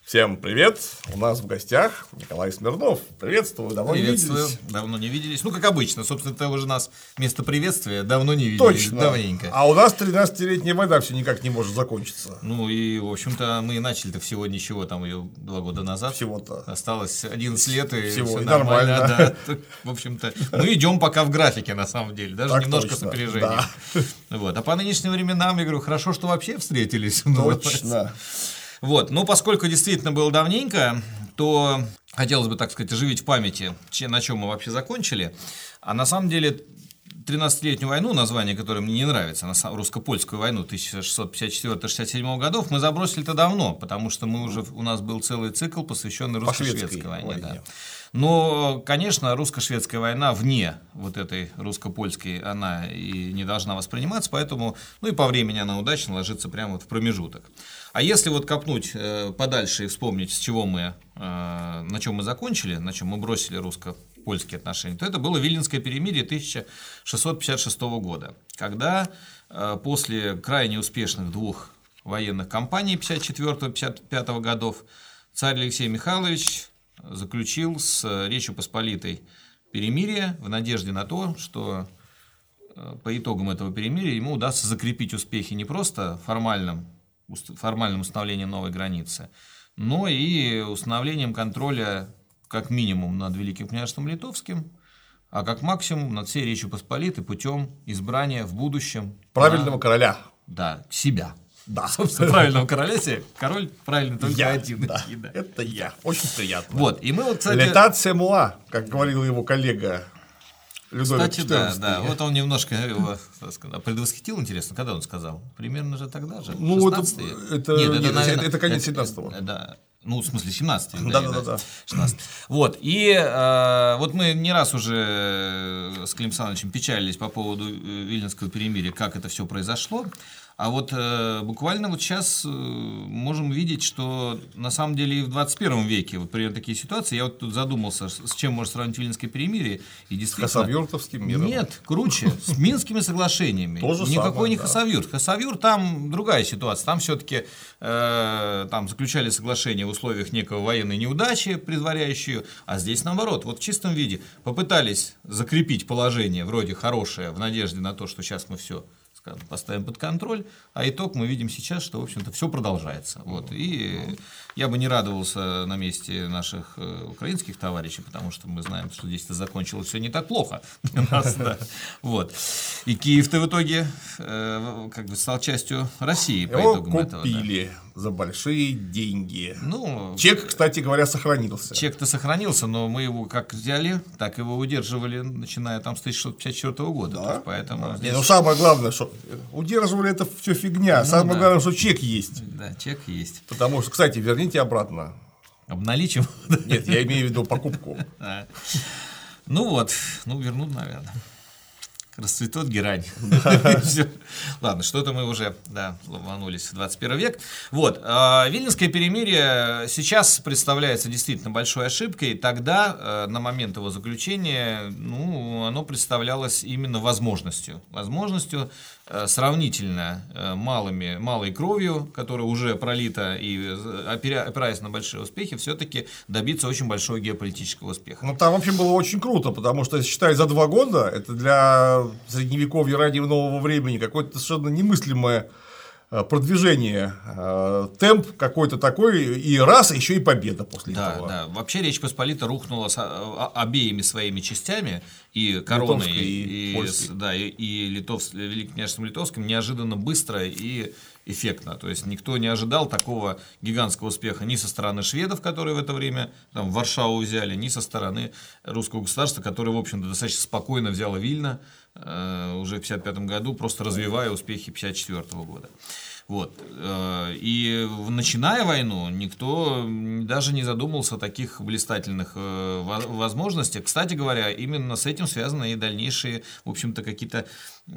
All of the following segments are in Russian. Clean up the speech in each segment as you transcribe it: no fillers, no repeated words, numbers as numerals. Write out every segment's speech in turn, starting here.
Всем привет! У нас в гостях Николай Смирнов. Приветствую, давно не виделись. Давно не виделись. Ну, как обычно, собственно, это уже нас вместо приветствия давно не виделись. Точно. Давненько. А у нас 13-летняя война все никак не может закончиться. Ну, и, в общем-то, мы и начали-то всего ничего, там, ее 2 года назад. Всего-то. Осталось 11 лет, и всего, все и нормально. нормально. Да. В общем-то, мы идем пока в графике, на самом деле, даже Так немножко точно. с опережением. Да. Вот. А по нынешним временам, я говорю, хорошо, что вообще встретились. Точно. Вот, но поскольку действительно было давненько, то хотелось бы, так сказать, оживить в памяти, на чем мы вообще закончили. А на самом деле 13-летнюю войну, название которой мне не нравится, русско-польскую войну 1654-67 годов, мы забросили-то давно, потому что у нас был целый цикл, посвященный русско-шведской войне. Да. Но, конечно, русско-шведская война вне вот этой русско-польской, она и не должна восприниматься, поэтому, ну и по времени она удачно ложится прямо вот в промежуток. А если вот копнуть подальше и вспомнить, с чего мы, на чем мы закончили, на чем мы бросили русско-польские отношения, то это было Виленское перемирие 1656 года, когда после крайне успешных 2 военных кампаний 54-55 годов царь Алексей Михайлович заключил с Речью Посполитой перемирие в надежде на то, что по итогам этого перемирия ему удастся закрепить успехи не просто формальным установлением новой границы, но и установлением контроля как минимум над Великим княжеством Литовским, а как максимум над всей Речью Посполитой путем избрания в будущем правильного короля. Да, себя. Да. Собственно, правильного короля себе. Король правильный только Я, один. да. Это я. Очень приятно. Вот, и мы вот, кстати... Летация муа, как говорил его коллега Людовик Кстати, XIV. да, вот он немножко его предвосхитил, интересно, когда он сказал? Примерно же тогда же, Ну, 16 это конец 17-го. Да. Ну, в смысле, 17 век. Да. 16. Вот, и вот мы не раз уже с Климом Александровичем печалились по поводу Виленского перемирия, как это все произошло. А вот буквально вот сейчас можем видеть, что на самом деле и в 21 веке вот примерно такие ситуации. Я вот тут задумался, с чем можно сравнить Виленское перемирие. И действительно, с Хасавюртовским миром. Нет, круче, с Минскими соглашениями. Никакой не Хасавюрт. Хасавюрт там другая ситуация. Там все-таки там заключали соглашение в условиях некого военной неудачи, предваряющую, а здесь наоборот. Вот в чистом виде попытались закрепить положение вроде хорошее в надежде на то, что сейчас мы все поставим под контроль, а итог мы видим сейчас, что, в общем-то, все продолжается. Вот. И я бы не радовался на месте наших украинских товарищей, потому что мы знаем, что здесь-то закончилось все не так плохо для нас. Вот. И Киев-то в итоге как бы стал частью России по итогам этого. Его купили за большие деньги. Ну, чек, кстати говоря, сохранился. Чек-то сохранился, но мы его как взяли, так его удерживали, начиная там с 1654 года. Да. То есть, поэтому Да. здесь... Ну, самое главное, что удерживали это все фигня. Самое главное, что чек есть. Да, чек есть. Потому что, кстати, верните обратно. Обналичим? Нет, я имею в виду покупку. Ну вот, вернут, наверное. Расцветет герань. Ладно, что-то мы уже ломанулись в 21 век. Вот, Виленское перемирие сейчас представляется действительно большой ошибкой. Тогда, на момент его заключения, оно представлялось именно возможностью сравнительно малой кровью, которая уже пролита, и опираясь на большие успехи, все-таки добиться очень большого геополитического успеха. Ну, там вообще было очень круто, потому что, если считать за 2 года, это для средневековья раннего нового времени какое-то совершенно немыслимое продвижение, темп какой-то такой, и раз, еще и победа после этого. Да, вообще Речь Посполита рухнула обеими своими частями, и короной, и Великим княжеством Литовским, неожиданно быстро и эффектно. То есть никто не ожидал такого гигантского успеха ни со стороны шведов, которые в это время там Варшаву взяли, ни со стороны русского государства, которое, в общем-то, достаточно спокойно взяло Вильно уже в 1955 году, просто развивая успехи 1954 года. Вот. И начиная войну, никто даже не задумывался о таких блистательных возможностях. Кстати говоря, именно с этим связаны и дальнейшие, в общем-то, какие-то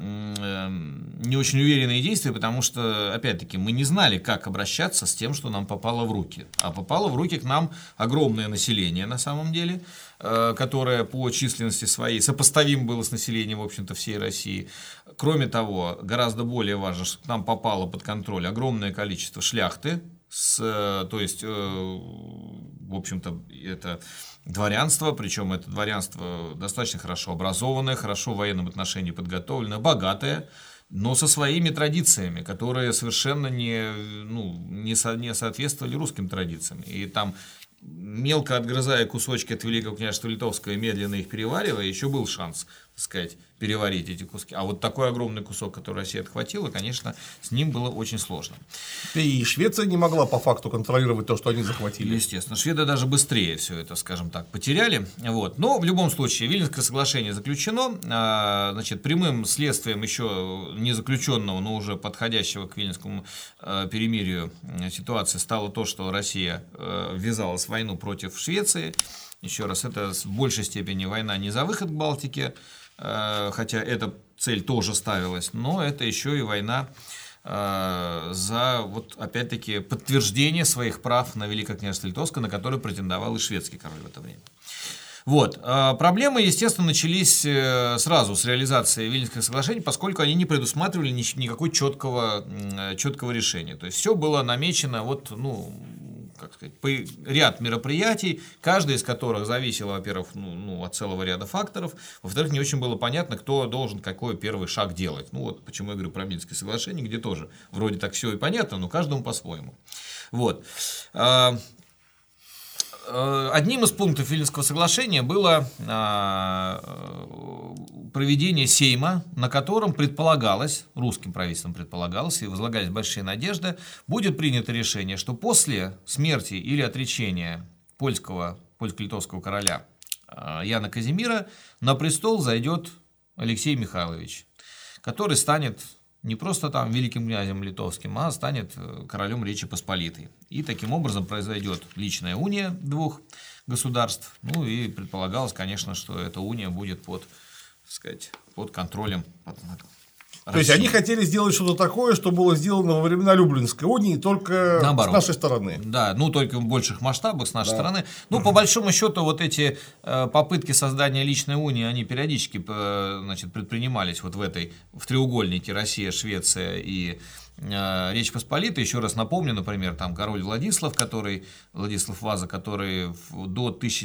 не очень уверенные действия, потому что, опять-таки, мы не знали, как обращаться с тем, что нам попало в руки. А попало в руки к нам огромное население, на самом деле, которое по численности своей сопоставимо было с населением, в общем-то, всей России. Кроме того, гораздо более важно, что к нам попало под контроль огромное количество шляхты, то есть, в общем-то, это дворянство, причем это дворянство достаточно хорошо образованное, хорошо в военном отношении подготовленное, богатое, но со своими традициями, которые совершенно не соответствовали русским традициям. И там, мелко отгрызая кусочки от Великого княжества Литовского и медленно их переваривая, еще был шанс, так сказать, переварить эти куски. А вот такой огромный кусок, который Россия отхватила, конечно, с ним было очень сложно. И Швеция не могла по факту контролировать то, что они захватили. Естественно, шведы даже быстрее все это, скажем так, потеряли. Вот. Но в любом случае Вильнюсское соглашение заключено. Значит, прямым следствием еще не заключенного, но уже подходящего к Вильнюсскому перемирию ситуации стало то, что Россия ввязалась в войну против Швеции. Еще раз, это в большей степени война не за выход к Балтике, хотя эта цель тоже ставилась, но это еще и война за, вот опять-таки, подтверждение своих прав на Великое княжество Литовское, на которое претендовал и шведский король в это время. Вот. Проблемы, естественно, начались сразу с реализации Вильнюсского соглашения, поскольку они не предусматривали никакой четкого решения. То есть все было намечено как сказать, ряд мероприятий, каждый из которых зависел, во-первых, от целого ряда факторов, во-вторых, не очень было понятно, кто должен какой первый шаг делать. Вот почему я говорю про Вильнюсское соглашение, где тоже вроде так все и понятно, но каждому по-своему. Вот. Одним из пунктов Вильнюсского соглашения было проведение сейма, на котором предполагалось, русским правительством предполагалось, и возлагались большие надежды, будет принято решение, что после смерти или отречения польско-литовского короля Яна Казимира на престол зайдет Алексей Михайлович, который станет не просто там великим князем литовским, а станет королем Речи Посполитой. И таким образом произойдет личная уния двух государств. И предполагалось, конечно, что эта уния будет под контролем То есть они хотели сделать что-то такое, что было сделано во времена Люблинской унии, только наоборот, с нашей стороны. Да, только в больших масштабах с нашей стороны. По большому счету, вот эти попытки создания личной унии, они периодически предпринимались вот в треугольнике Россия, Швеция и Речь Посполитая. Еще раз напомню, например, там король Владислав Ваза, который до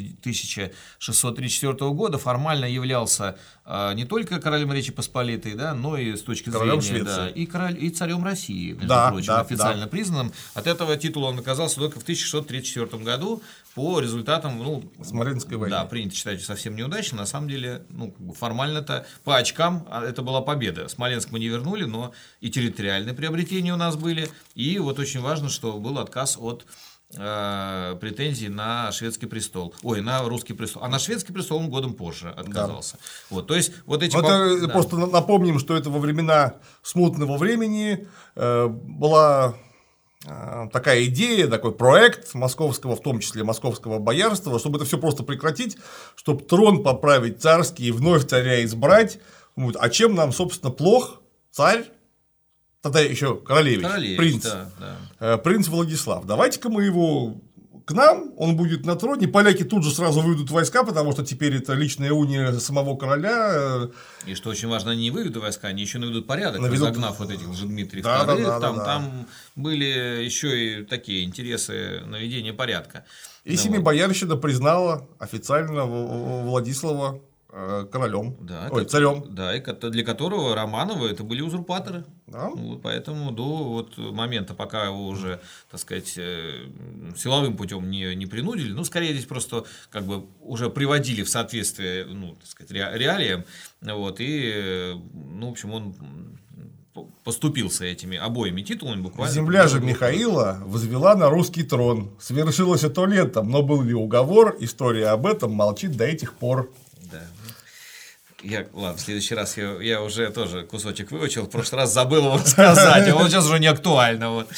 1634 года формально являлся не только королем Речи Посполитой, но и с точки зрения и царем России, между прочим, официально признанным. От этого титула он оказался только в 1634 году по результатам Смоленской войны. Да, принято считать совсем неудачно. На самом деле, формально-то по очкам это была победа. Смоленск мы не вернули, но и территориальные приобретения у нас были. И вот очень важно, что был отказ от претензий на шведский престол. На русский престол. А на шведский престол он годом позже отказался. Да. То есть, просто напомним, что это во времена смутного времени была такая идея, такой проект московского, в том числе московского боярства, чтобы это все просто прекратить, чтобы трон поправить царский и вновь царя избрать. А чем нам, собственно, плох царь? Тогда еще королевич, принц, принц Владислав. Давайте-ка мы его к нам, он будет на троне. Поляки тут же сразу выведут войска, потому что теперь это личная уния самого короля. И что очень важно, они не выведут войска, они еще наведут порядок, разогнав вот этих Лжедмитриев II. Там были еще и такие интересы наведения порядка. И Семибоярщина признала официально Владислава королем, царем. Да, и для которого Романовы это были узурпаторы. Да. Поэтому до момента, пока его уже, так сказать, силовым путем не принудили, скорее здесь просто уже приводили в соответствие, так сказать, реалиям. И, в общем, он поступился этими обоими титулами буквально. Земля же Михаила возвела на русский трон. Свершилось это летом, но был ли уговор, история об этом молчит до этих пор. Да. Ладно, в следующий раз я уже тоже кусочек выучил, в прошлый раз забыл его рассказать, а сейчас уже не актуально.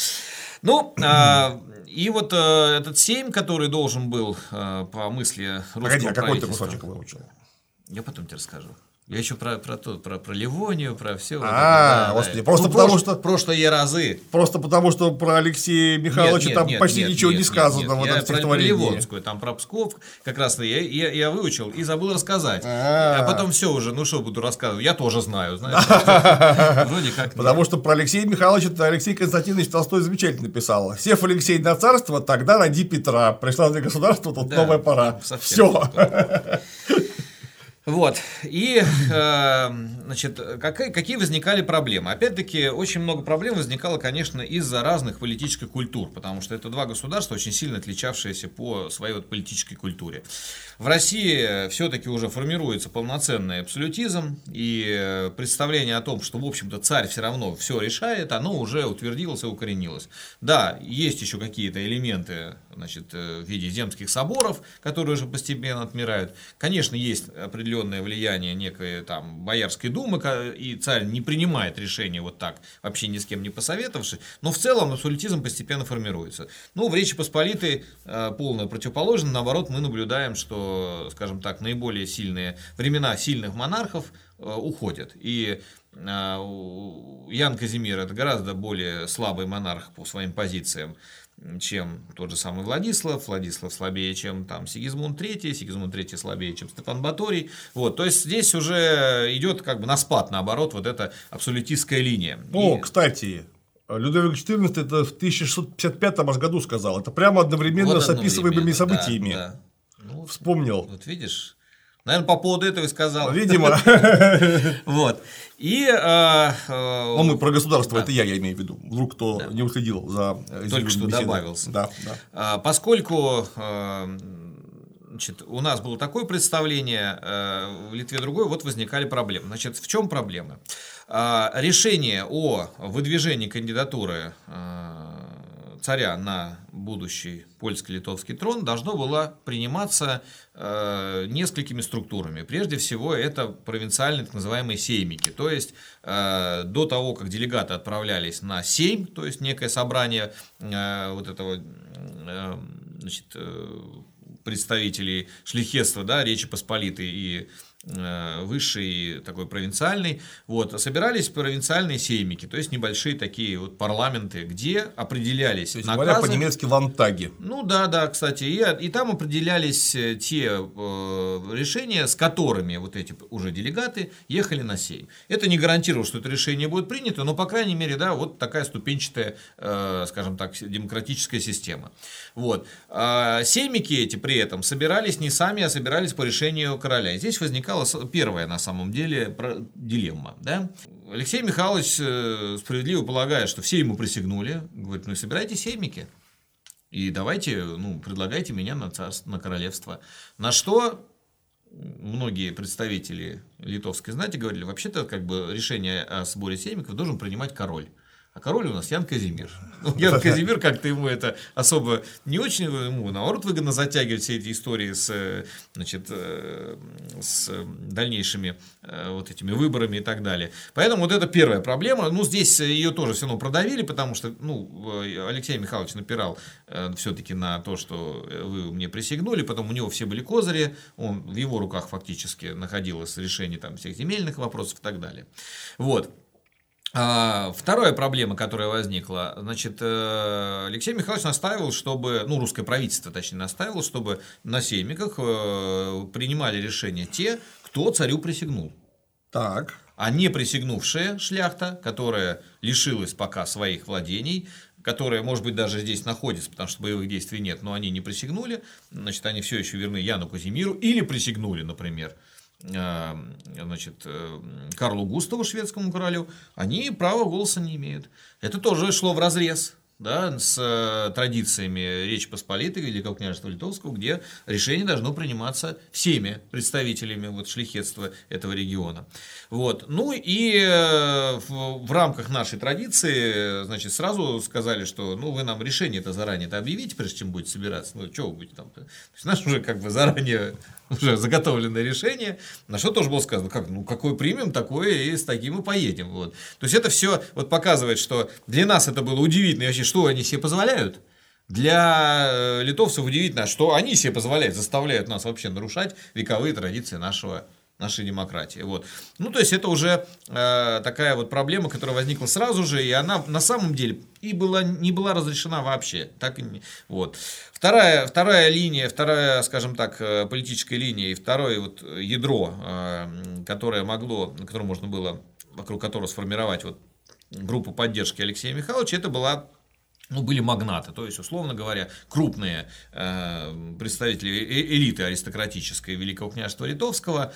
И этот сейм, который должен был по мысли русского правительства... Погоди, а какой ты кусочек выучил? Я потом тебе расскажу. Я еще про Ливонию, про все. Господи, просто потому что... Прошлые разы. Просто потому, что про Алексея Михайловича там почти ничего не сказано в этом стихотворении. Я про Ливонскую, там про Псков как раз я выучил и забыл рассказать. А потом все уже, ну что буду рассказывать, я тоже знаю, знаешь. Вроде как. Потому что про Алексея Михайловича Алексей Константинович Толстой замечательно писал. Сев Алексей на царство, тогда роди Петра. Пришла для государства, тут новая пора. Все. Вот, и, значит, какие возникали проблемы? Опять-таки, очень много проблем возникало, конечно, из-за разных политических культур, потому что это два государства, очень сильно отличавшиеся по своей вот политической культуре. В России все-таки уже формируется полноценный абсолютизм, и представление о том, что, в общем-то, царь все равно все решает, оно уже утвердилось и укоренилось. Да, есть еще какие-то элементы, значит, в виде земских соборов, которые уже постепенно отмирают. Конечно, есть определенные влияние некой там Боярской думы, и царь не принимает решения вот так, вообще ни с кем не посоветовавшись, но в целом абсолютизм постепенно формируется. Ну, в Речи Посполитой полная противоположность, наоборот, мы наблюдаем, что, скажем так, наиболее сильные времена сильных монархов уходят, и Ян Казимир — это гораздо более слабый монарх по своим позициям, чем тот же самый Владислав слабее, чем там Сигизмунд III слабее, чем Стефан Баторий. Вот, то есть здесь уже идет как бы на спад, наоборот, вот эта абсолютистская линия. Кстати, Людовик XIV это в 1655 году сказал, это прямо одновременно вот с описываемыми событиями. Да. Ну, вспомнил. Вот видишь. Наверное, по поводу этого и сказал. Видимо. Вот. И. Мы про государство, это я имею в виду. Вдруг кто не уследил за. Только что добавился. Да. Поскольку. Значит, у нас было такое представление, в Литве другое, вот возникали проблемы. Значит, в чем проблемы? Решение о выдвижении кандидатуры царя на будущий польско-литовский трон должно было приниматься несколькими структурами. Прежде всего, это провинциальные так называемые сеймики. То есть, до того, как делегаты отправлялись на сейм, то есть некое собрание вот этого, значит, представителей шляхетства, да, Речи Посполитой и высший, такой провинциальный, вот, собирались провинциальные сеймики, то есть небольшие такие вот парламенты, где определялись наказы. Говоря по-немецки ландтаги. Ну да, кстати, и там определялись те решения, с которыми вот эти уже делегаты ехали на сейм. Это не гарантировало, что это решение будет принято, но, по крайней мере, да, вот такая ступенчатая, скажем так, демократическая система. Вот. Сеймики эти при этом собирались не сами, а собирались по решению короля. И здесь возникала первая, на самом деле, дилемма. Да? Алексей Михайлович справедливо полагает, что все ему присягнули, говорит, ну и собирайте сеймики. И давайте, ну, предлагайте меня на царство, на королевство. На что многие представители литовской знати говорили, вообще-то как бы решение о сборе сеймиков должен принимать король. А король у нас Ян Казимир. Ян Казимир как-то ему это особо не очень, ему наоборот выгодно затягивать все эти истории с, значит, с дальнейшими вот этими выборами и так далее. Поэтому вот это первая проблема. Ну, здесь ее тоже все равно продавили, потому что, ну, Алексей Михайлович напирал все-таки на то, что вы мне присягнули, потом у него все были козыри, в его руках фактически находилось решение там всех земельных вопросов и так далее. Вот. Вторая проблема, которая возникла, значит, Алексей Михайлович настаивал, чтобы, ну, русское правительство, точнее, настаивало, чтобы на сеймиках принимали решения те, кто царю присягнул. Так. А не присягнувшая шляхта, которая лишилась пока своих владений, которая, может быть, даже здесь находится, потому что боевых действий нет, но они не присягнули, значит, они все еще верны Яну Казимиру, или присягнули, например, значит, Карлу Густаву, шведскому королю, они права голоса не имеют. Это тоже шло вразрез, да, с традициями Речи Посполитой, Великого княжества Литовского, где решение должно приниматься всеми представителями вот, шляхетства этого региона. Вот. Ну и в рамках нашей традиции, значит, сразу сказали, что ну, вы нам решение-то заранее-то объявите, прежде чем будете собираться. Ну, что вы будете там? То есть, наш уже как бы заранее уже заготовленное решение, на что тоже было сказано, как, ну, какое примем, такое и с таким и поедем. Вот. То есть, это все вот показывает, что для нас это было удивительно, и вообще, что они себе позволяют. Для литовцев удивительно, что они себе позволяют, заставляют нас вообще нарушать вековые традиции нашего нашей демократии. Вот. Ну, то есть, это уже такая вот проблема, которая возникла сразу же, и она на самом деле не была разрешена вообще. Так и не, вот. Вторая линия, скажем так, политическая линия, и второе вот ядро, которое можно было, вокруг которого сформировать вот группу поддержки Алексея Михайловича, это были магнаты, то есть, условно говоря, крупные представители элиты аристократической Великого княжества Литовского.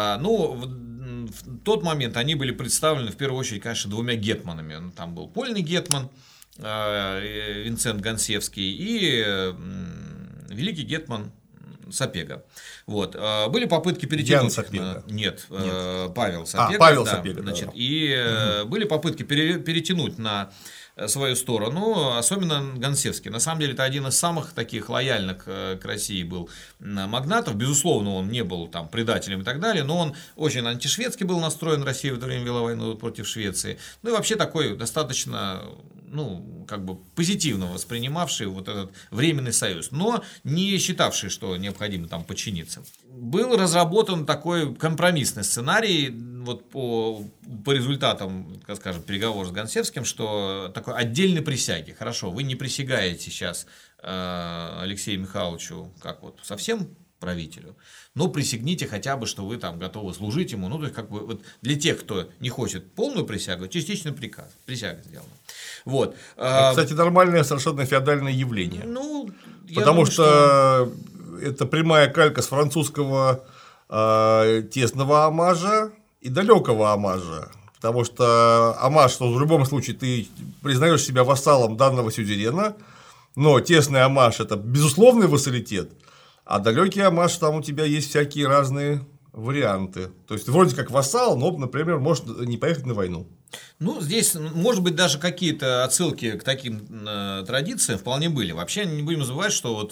В тот момент они были представлены в первую очередь, конечно, двумя гетманами. Там был польный гетман Винцент Гонсевский и великий гетман Сапега. Вот. Были попытки перетянуть... Нет, Павел Сапега. Павел Сапега, значит, и были попытки перетянуть на свою сторону, особенно Гонсевский. На самом деле, это один из самых таких лояльных к России был магнатов. Безусловно, он не был там предателем и так далее, но он очень антишведски был настроен. Россия в это время вела войну против Швеции. Ну и вообще такой достаточно, позитивно воспринимавший вот этот временный союз, но не считавший, что необходимо там подчиниться. Был разработан такой компромиссный сценарий вот по результатам, так скажем, переговоров с Гонсевским, что такой отдельной присяги. Хорошо, вы не присягаете сейчас Алексею Михайловичу как вот совсем правителю, но присягните хотя бы, что вы там готовы служить ему. Ну, то есть, вот для тех, кто не хочет полную присягу, частичный присяга сделана. Вот. Кстати, нормальное совершенно феодальное явление. Потому что это прямая калька с французского тесного омажа и далекого омажа. Потому что омаж, что в любом случае ты признаешь себя вассалом данного сюзерена, но тесный омаж — это безусловный вассалитет, а далекий омаж, там у тебя есть всякие разные варианты. То есть, вроде как вассал, но, например, может не поехать на войну. Здесь, может быть, даже какие-то отсылки к таким традициям вполне были. Вообще, не будем забывать, что вот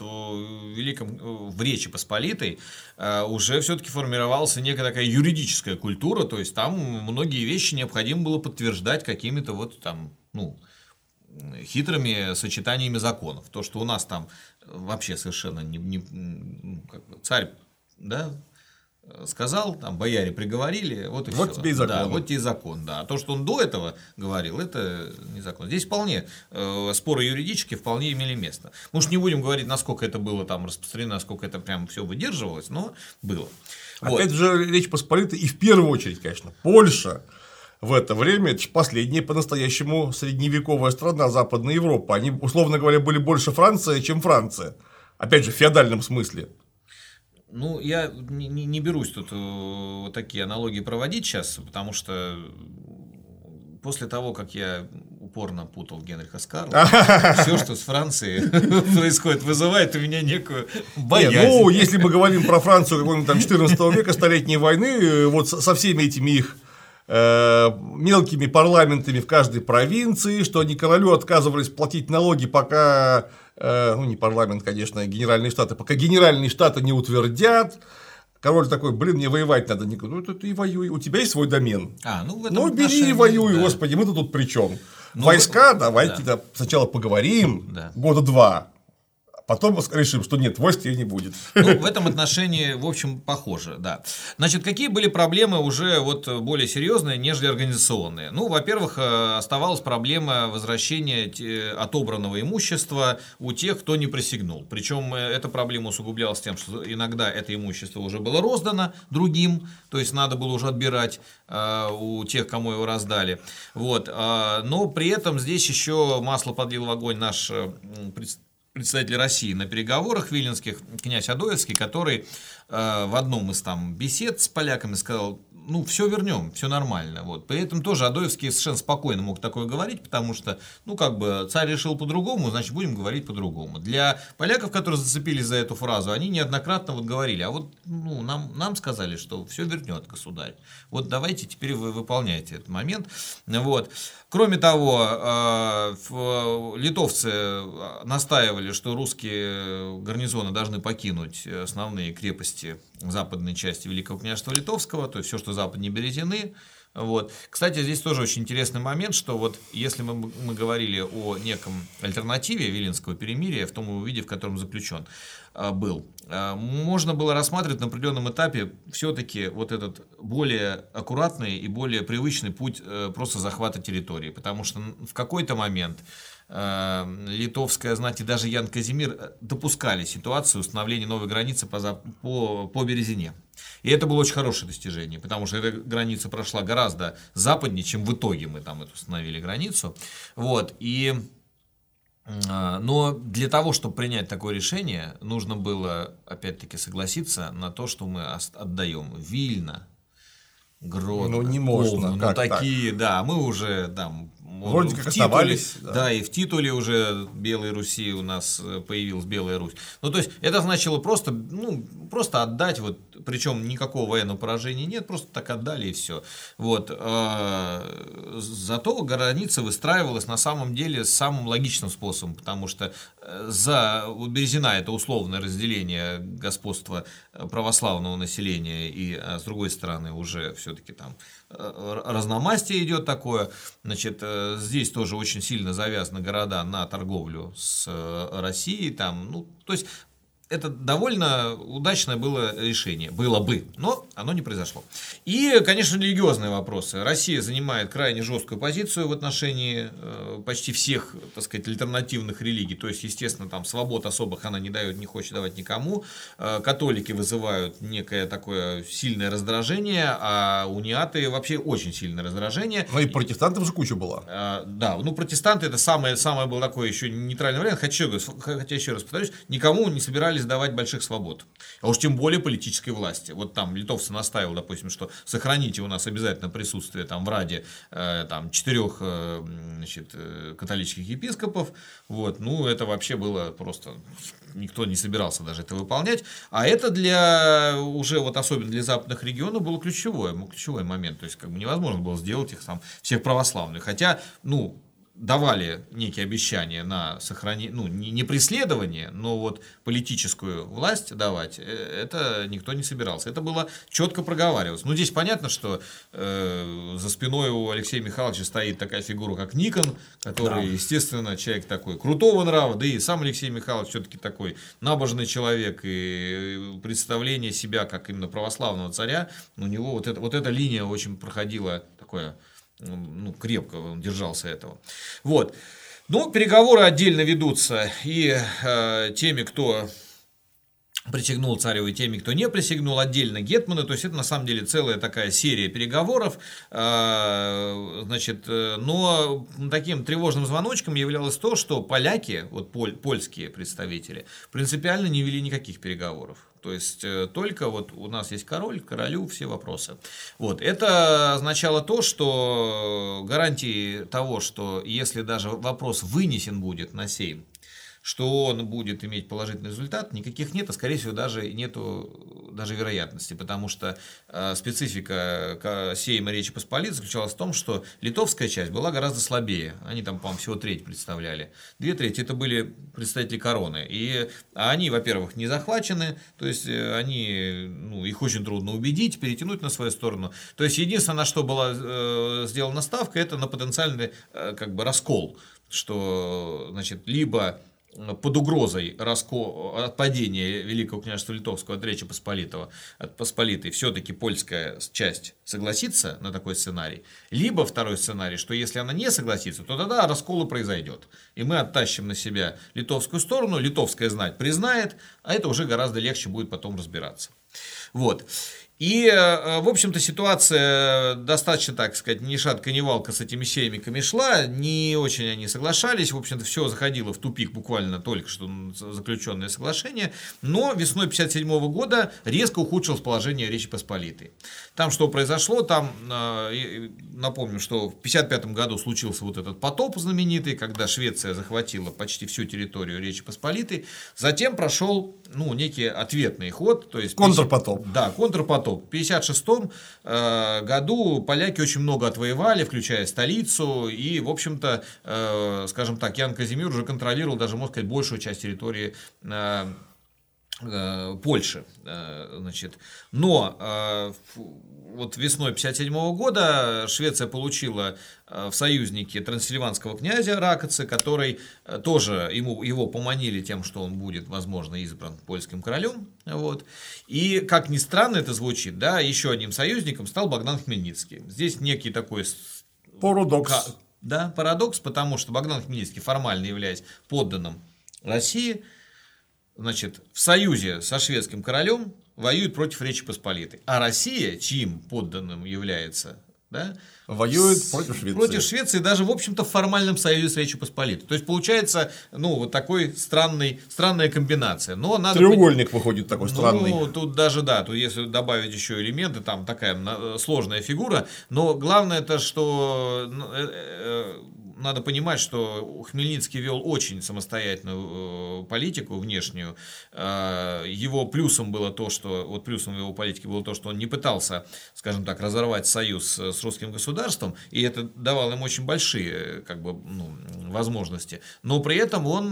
в Речи Посполитой уже все-таки формировалась некая такая юридическая культура, то есть, там многие вещи необходимо было подтверждать какими-то вот там, хитрыми сочетаниями законов. То, что у нас там вообще совершенно царь, да, сказал, там бояре приговорили, вот и вот все. Тебе и закон. Да, вот тебе и закон, да. А то, что он до этого говорил, это не закон. Здесь вполне споры юридические вполне имели место. Мы уж не будем говорить, насколько это было там распространено, насколько это прям все выдерживалось, но было. Опять же, Речь Посполитая и в первую очередь, конечно, Польша в это время — это последняя по-настоящему средневековая страна Западной Европы. Они, условно говоря, были больше Франции, чем Франция. Опять же, в феодальном смысле. Я не берусь тут вот такие аналогии проводить сейчас, потому что после того, как я упорно путал Генриха с Карлом, все, что с Францией происходит, вызывает у меня некую боязнь. Если мы говорим про Францию какого-нибудь там 14 века, Столетней войны, вот со всеми этими их мелкими парламентами в каждой провинции, что они королю отказывались платить налоги, пока, не парламент, конечно, а Генеральные Штаты, пока Генеральные Штаты не утвердят. Король такой: мне воевать надо. Ты и воюй, у тебя есть свой домен. Бери и воюй, да. Господи, мы-то тут при чем? Войска, давайте сначала поговорим, года 2. Потом решим, что нет, войск не будет. В этом отношении, в общем, похоже, да. Значит, какие были проблемы уже вот более серьезные, нежели организационные? Во-первых, оставалась проблема возвращения отобранного имущества у тех, кто не присягнул. Причем эта проблема усугублялась тем, что иногда это имущество уже было роздано другим, то есть надо было уже отбирать у тех, кому его раздали. Вот. Но при этом здесь еще масло подлил в огонь наш представитель России на переговорах виленских, князь Адоевский, который в одном из там бесед с поляками сказал: все вернем, все нормально. Вот. При этом тоже Адоевский совершенно спокойно мог такое говорить, потому что, царь решил по-другому, значит, будем говорить по-другому. Для поляков, которые зацепились за эту фразу, они неоднократно говорили: нам сказали, что все вернет государь. Вот давайте теперь вы выполняйте этот момент. Вот. Кроме того, литовцы настаивали, что русские гарнизоны должны покинуть основные крепости западной части Великого княжества Литовского, то есть все, что западнее Березины. Вот. Кстати, здесь тоже очень интересный момент, что вот если мы говорили о неком альтернативе Виленского перемирия в том виде, в котором заключен, был. Можно было рассматривать на определенном этапе все-таки вот этот более аккуратный и более привычный путь просто захвата территории, потому что в какой-то момент литовская знать и даже Ян Казимир допускали ситуацию установления новой границы по Березине. И это было очень хорошее достижение, потому что эта граница прошла гораздо западнее, чем в итоге мы там эту установили границу. Вот, но для того, чтобы принять такое решение, нужно было, опять-таки, согласиться на то, что мы отдаем Вильно, Гродно, не можно, Ковну, как такие, так? Да, мы уже там вроде как оставались. Да, и в титуле уже Белой Руси у нас появилась Белая Русь. Ну, то есть, это значило просто отдать, вот, причем никакого военного поражения нет, просто так отдали и все. Вот. Зато граница выстраивалась на самом деле самым логичным способом, потому что Березина — это условное разделение господства православного населения, и с другой стороны уже все-таки там разномастие идет такое. Значит, здесь тоже очень сильно завязаны города на торговлю с Россией. Там, то есть это довольно удачное было решение. Было бы, но оно не произошло. И, конечно, религиозные вопросы. Россия занимает крайне жесткую позицию в отношении почти всех, так сказать, альтернативных религий. То есть, естественно, там свобод особых она не дает, не хочет давать никому. Католики вызывают некое такое сильное раздражение, а униаты вообще очень сильное раздражение. Ну и протестантов же куча была. Да, протестанты — это самое был такой еще нейтральный вариант. Хотя, еще раз повторюсь, никому не собирались давать больших свобод, а уж тем более политической власти. Вот там литовцы настаивал, допустим, что сохраните у нас обязательно присутствие там в Раде 4 католических епископов. Вот, это вообще было просто, никто не собирался даже это выполнять. А это уже особенно для западных регионов было ключевой момент. То есть невозможно было сделать их там всех православных. Хотя, давали некие обещания на сохранение, не преследование, но вот политическую власть давать, это никто не собирался. Это было четко проговаривалось. Здесь понятно, что за спиной у Алексея Михайловича стоит такая фигура, как Никон, который, естественно, человек такой крутого нрава, да и сам Алексей Михайлович все-таки такой набожный человек, и представление себя как именно православного царя, у него вот эта линия очень проходила такое... крепко он держался этого. Вот. Переговоры отдельно ведутся и теми, кто присягнул царю, и теми, кто не присягнул, отдельно гетманы. То есть это на самом деле целая такая серия переговоров. Но таким тревожным звоночком являлось то, что поляки, польские представители, принципиально не вели никаких переговоров. То есть только у нас есть король, королю все вопросы. Это означало то, что гарантии того, что если даже вопрос вынесен будет на сейм, что он будет иметь положительный результат, никаких нет, а скорее всего даже нету вероятности, потому что специфика Сейма Речи Посполитой заключалась в том, что литовская часть была гораздо слабее, они там, по-моему, всего треть представляли, 2/3 это были представители короны, и они, во-первых, не захвачены, то есть их очень трудно убедить, перетянуть на свою сторону, то есть единственное, на что была сделана ставка, это на потенциальный раскол, что, либо под угрозой отпадения Великого княжества Литовского от Речи Посполитой все-таки польская часть согласится на такой сценарий, либо второй сценарий, что если она не согласится, то тогда раскол и произойдет. И мы оттащим на себя литовскую сторону, литовская знать признает, а это уже гораздо легче будет потом разбираться. И, в общем-то, ситуация достаточно, так сказать, ни шатка, ни валка с этими сеймиками шла, не очень они соглашались, в общем-то, все заходило в тупик буквально только что заключенное соглашение, но весной 1957 года резко ухудшилось положение Речи Посполитой. Там что произошло? Там, напомню, что в 1955 году случился этот потоп знаменитый, когда Швеция захватила почти всю территорию Речи Посполитой, затем прошел, некий ответный ход, то есть... Контрпотоп. Да, контрпотоп. В 1956 году поляки очень много отвоевали, включая столицу, и, в общем-то, скажем так, Ян Казимир уже контролировал даже, можно сказать, большую часть территории Польши, значит. Но вот весной 1957 года Швеция получила в союзники трансильванского князя Ракоцы, который тоже его поманили тем, что он будет, возможно, избран польским королем. Вот. И, как ни странно это звучит, да, еще одним союзником стал Богдан Хмельницкий. Здесь некий такой парадокс. Да, парадокс, потому что Богдан Хмельницкий, формально являясь подданным России, значит, в союзе со шведским королем воюет против Речи Посполитой. А Россия, чьим подданным является, да, воюет против Швеции. Против Швеции даже, в общем-то, в формальном союзе с Речью Посполитой. То есть, получается, ну, вот такой странная комбинация. Но надо треугольник выходит такой странный. Ну, тут даже, да, тут если добавить еще элементы, там такая сложная фигура. Но главное это, что надо понимать, что Хмельницкий вел очень самостоятельную политику внешнюю. Его плюсом было то, что вот плюсом его политики было то, что он не пытался, скажем так, разорвать союз с русским государством, и это давало им очень большие, как бы, возможности. Но при этом он,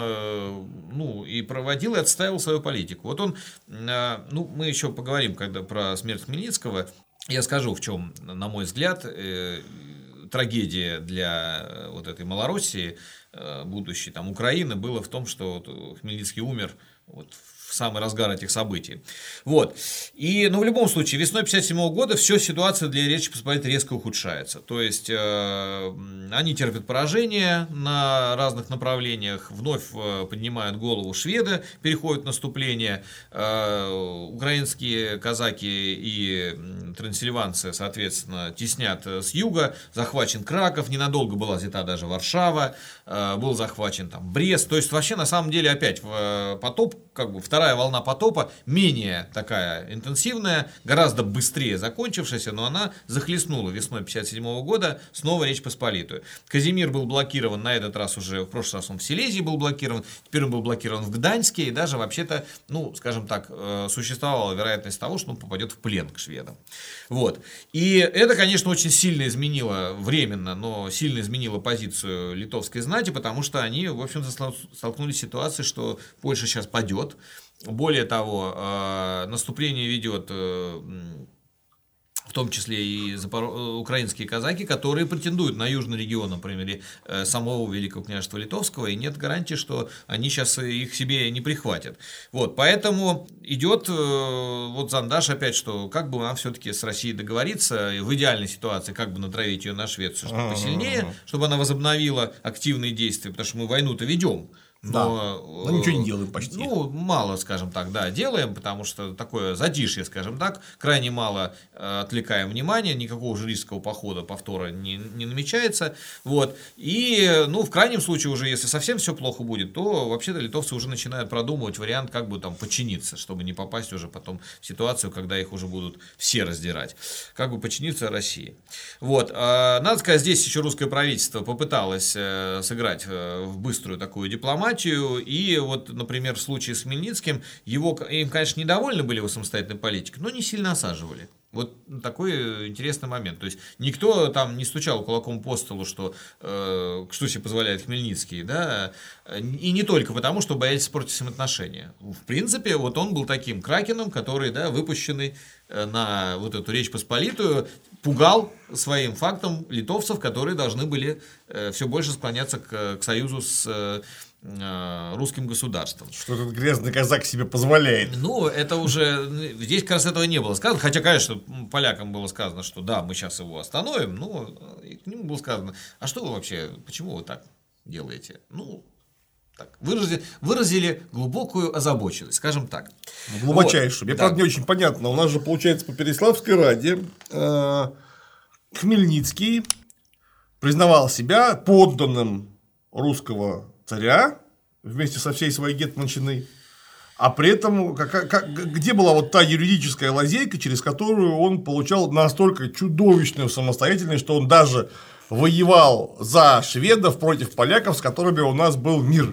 и проводил и отстаивал свою политику. Вот он, мы еще поговорим, когда про смерть Хмельницкого. Я скажу, в чем, на мой взгляд, трагедия для вот этой Малороссии, будущей там Украины, было в том, что Хмельницкий умер вот в самый разгар этих событий. Вот. И, в любом случае, весной 1957 года ситуация для Речи Посполитой резко ухудшается. То есть, они терпят поражение на разных направлениях, вновь поднимают голову шведы, переходят в наступление, украинские казаки и трансильванцы, соответственно, теснят с юга, захвачен Краков, ненадолго была взята даже Варшава, был захвачен там Брест. То есть, вообще, на самом деле, опять потоп, как бы вторая волна потопа, менее такая интенсивная, гораздо быстрее закончившаяся, но она захлестнула весной 1957 года снова Речь Посполитую. Казимир был блокирован на этот раз уже, в прошлый раз он в Силезии был блокирован, теперь он был блокирован в Гданьске, и даже вообще-то, скажем так, существовала вероятность того, что он попадет в плен к шведам. Вот. И это, конечно, очень сильно изменило, временно, но сильно изменило позицию литовской знати, потому что они, в общем-то, столкнулись с ситуацией, что Польша сейчас падет. Более того, наступление ведет в том числе и украинские казаки, которые претендуют на южный регион, например, самого Великого княжества Литовского, и нет гарантии, что они сейчас их себе не прихватят. Вот, поэтому идет вот зондаж опять, что как бы нам все-таки с Россией договориться, в идеальной ситуации, как бы натравить ее на Швецию, чтобы посильнее, чтобы она возобновила активные действия, потому что мы войну-то ведем. Но ничего не делаем почти. Мало, скажем так, да, делаем, потому что такое затишье, скажем так, крайне мало отвлекаем внимание, никакого жрического похода, повтора не намечается. Вот. И, в крайнем случае, уже если совсем все плохо будет, то вообще-то литовцы уже начинают продумывать вариант, как бы там подчиниться, чтобы не попасть уже потом в ситуацию, когда их уже будут все раздирать. Как бы подчиниться России. Вот. Надо сказать, здесь еще русское правительство попыталось сыграть в быструю такую дипломатию. И вот, например, в случае с Хмельницким, им, конечно, недовольны были его самостоятельной политикой, но не сильно осаживали. Вот такой интересный момент. То есть, никто там не стучал кулаком по столу, что себе позволяет Хмельницкий, да, и не только потому, что боялись испортить с ним отношения. В принципе, вот он был таким кракеном, который, да, выпущенный на вот эту Речь Посполитую, пугал своим фактом литовцев, которые должны были все больше склоняться к союзу с русским государством. Что этот грязный казак себе позволяет. Это уже... Здесь как раз этого не было сказано. Хотя, конечно, полякам было сказано, что да, мы сейчас его остановим. Но к нему было сказано, а что вы вообще, почему вы так делаете? Так, выразили глубокую озабоченность, скажем так. Глубочайшую. Мне, правда, не очень понятно. У нас же, получается, по Переславской Раде Хмельницкий признавал себя подданным русского царя вместе со всей своей гетманщиной, а при этом где была вот та юридическая лазейка, через которую он получал настолько чудовищную самостоятельность, что он даже воевал за шведов против поляков, с которыми у нас был мир.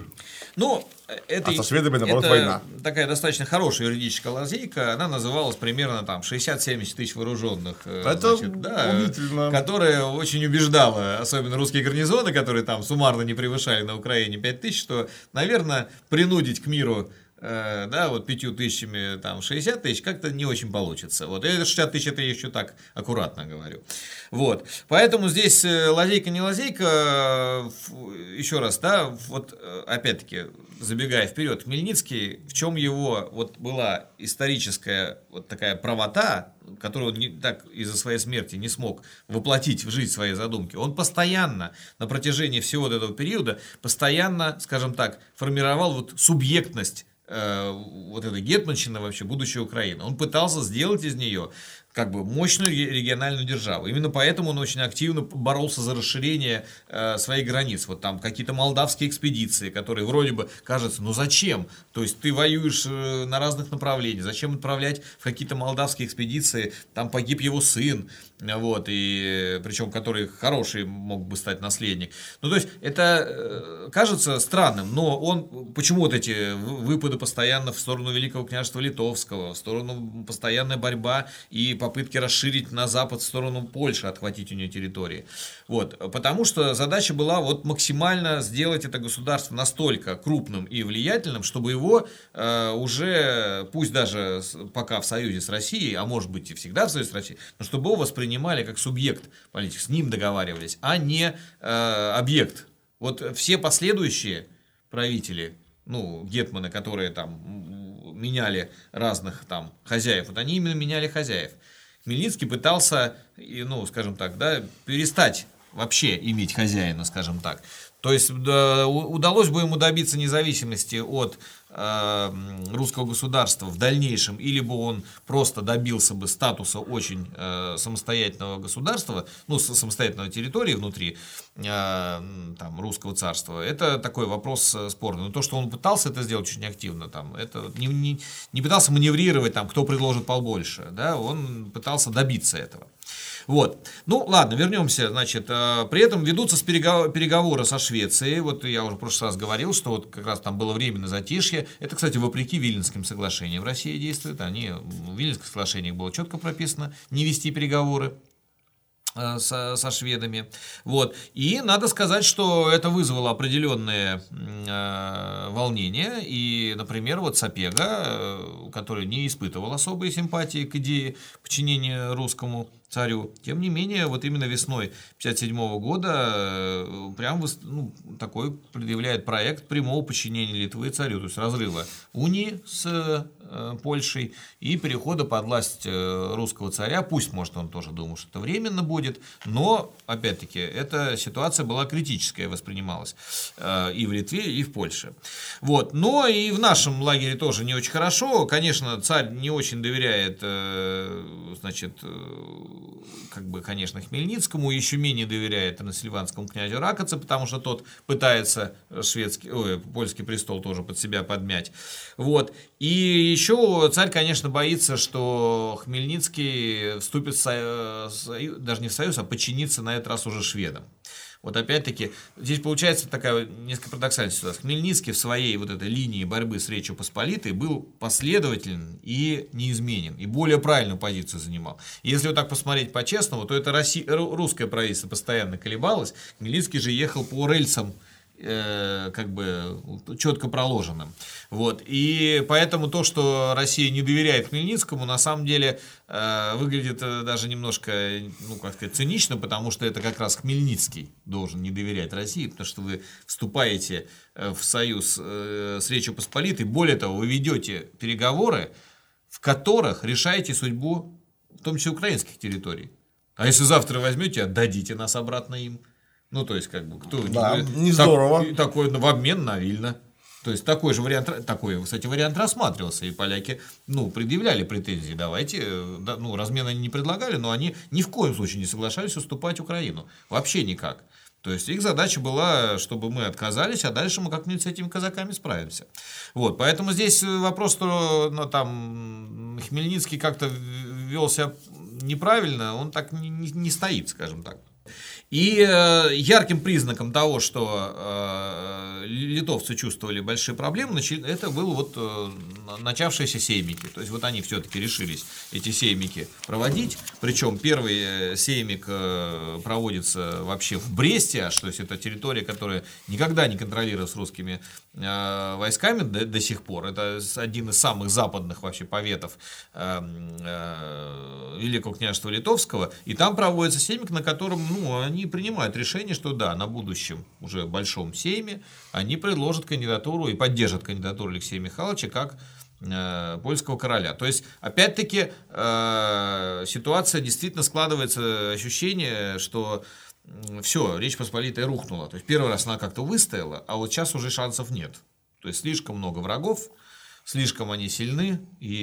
А со шведами, наоборот, война. Такая достаточно хорошая юридическая лазейка, она называлась примерно там 60-70 тысяч вооруженных, удивительно. Которая очень убеждала, особенно русские гарнизоны, которые там суммарно не превышали на Украине 5 тысяч, что, наверное, принудить к миру да, вот 5 тысячами, там, 60 тысяч, как-то не очень получится. Вот, и это 60 тысяч, это я еще так аккуратно говорю. Вот, поэтому здесь лазейка не лазейка, еще раз, да, вот опять-таки, забегая вперед, Хмельницкий, в чем его вот была историческая вот такая правота, которую он так из-за своей смерти не смог воплотить в жизнь свои задумки, он постоянно на протяжении всего этого периода, постоянно, скажем так, формировал вот субъектность вот этой гетманщины вообще будущей Украины. Он пытался сделать из нее как бы мощную региональную державу. Именно поэтому он очень активно боролся за расширение своих границ. Вот там какие-то молдавские экспедиции, которые вроде бы кажется, ну зачем? То есть ты воюешь на разных направлениях, зачем отправлять в какие-то молдавские экспедиции? Там погиб его сын, вот, и причем который хороший мог бы стать наследник. Ну то есть это кажется странным, но он почему вот эти выпады постоянно в сторону Великого княжества Литовского, в сторону постоянная борьба и попытки расширить на запад в сторону Польши, отхватить у нее территории. Вот. Потому что задача была вот максимально сделать это государство настолько крупным и влиятельным, чтобы его уже, пусть даже пока в союзе с Россией, а может быть и всегда в союзе с Россией, но чтобы его воспринимали как субъект политики, с ним договаривались, а не объект. Вот все последующие правители, ну, гетманы, которые там меняли разных там хозяев, вот они именно меняли хозяев. Хмельницкий пытался, ну, скажем так, да, перестать вообще иметь хозяина, скажем так. То есть удалось бы ему добиться независимости от русского государства в дальнейшем, или бы он просто добился бы статуса очень самостоятельного государства, ну, самостоятельной территории внутри там, русского царства, это такой вопрос спорный. Но то, что он пытался это сделать очень активно, там, это не пытался маневрировать, там, кто предложит побольше, да, он пытался добиться этого. Вот. Ну, ладно, вернемся, значит, при этом ведутся переговоры со Швецией, вот я уже в прошлый раз говорил, что вот как раз там было временное затишье, это, кстати, вопреки Виленским соглашениям в России действует, в Виленских соглашениях было четко прописано не вести переговоры со шведами. Вот. И надо сказать, что это вызвало определенные волнения. И, например, вот Сапега, который не испытывал особой симпатии к идее подчинения русскому царю, тем не менее, вот именно весной 1957 года прям такой предъявляет проект прямого подчинения Литвы царю, то есть разрыва унии с Польшей и перехода под власть русского царя. Пусть, может, он тоже думал, что это временно будет, но, опять-таки, эта ситуация была критическая, воспринималась и в Литве, и в Польше. Вот. Но и в нашем лагере тоже не очень хорошо. Конечно, царь не очень доверяет, значит, как бы, конечно, Хмельницкому, еще менее доверяет трансильванскому князю Ракоце, потому что тот пытается польский престол тоже под себя подмять. Вот. И еще царь, конечно, боится, что Хмельницкий вступит даже не в союз, а подчинится на этот раз уже шведам. Вот опять-таки, здесь получается такая несколько парадоксальная ситуация. Хмельницкий в своей вот этой линии борьбы с Речью Посполитой был последователен и неизменен, и более правильную позицию занимал. И если вот так посмотреть по-честному, то это русское правительство постоянно колебалось, Хмельницкий же ехал по рельсам, как бы четко проложенным. Вот. И поэтому то, что Россия не доверяет Хмельницкому, на самом деле выглядит даже немножко, ну, как сказать, цинично, потому что это как раз Хмельницкий должен не доверять России, потому что вы вступаете в союз с Речью Посполитой, более того, вы ведете переговоры, в которых решаете судьбу, в том числе украинских территорий. А если завтра возьмете, отдадите нас обратно им. Ну, то есть, как бы, кто... Да, не здорово. Такой в обмен на Вильно. То есть, такой, кстати, вариант рассматривался, и поляки, ну, предъявляли претензии, давайте, да, ну, размен они не предлагали, но они ни в коем случае не соглашались уступать Украину. Вообще никак. То есть, их задача была, чтобы мы отказались, а дальше мы как-нибудь с этими казаками справимся. Вот, поэтому здесь вопрос, что там Хмельницкий как-то вел себя неправильно, он так не стоит, скажем так. И ярким признаком того, что литовцы чувствовали большие проблемы, это был вот начавшиеся сеймики. То есть вот они все-таки решились эти сеймики проводить. Причем первый сеймик проводится вообще в Бресте, аж, то есть это территория, которая никогда не контролировалась русскими войсками до сих пор. Это один из самых западных вообще поветов Великого княжества Литовского. И там проводится сеймик, на котором они принимают решение, что да, на будущем уже большом сейме они предложат кандидатуру и поддержат кандидатуру Алексея Михайловича как польского короля. То есть, опять-таки, ситуация действительно складывается, ощущение, что все, Речь Посполитая рухнула. То есть, первый раз она как-то выстояла, а вот сейчас уже шансов нет. То есть, слишком много врагов, слишком они сильны,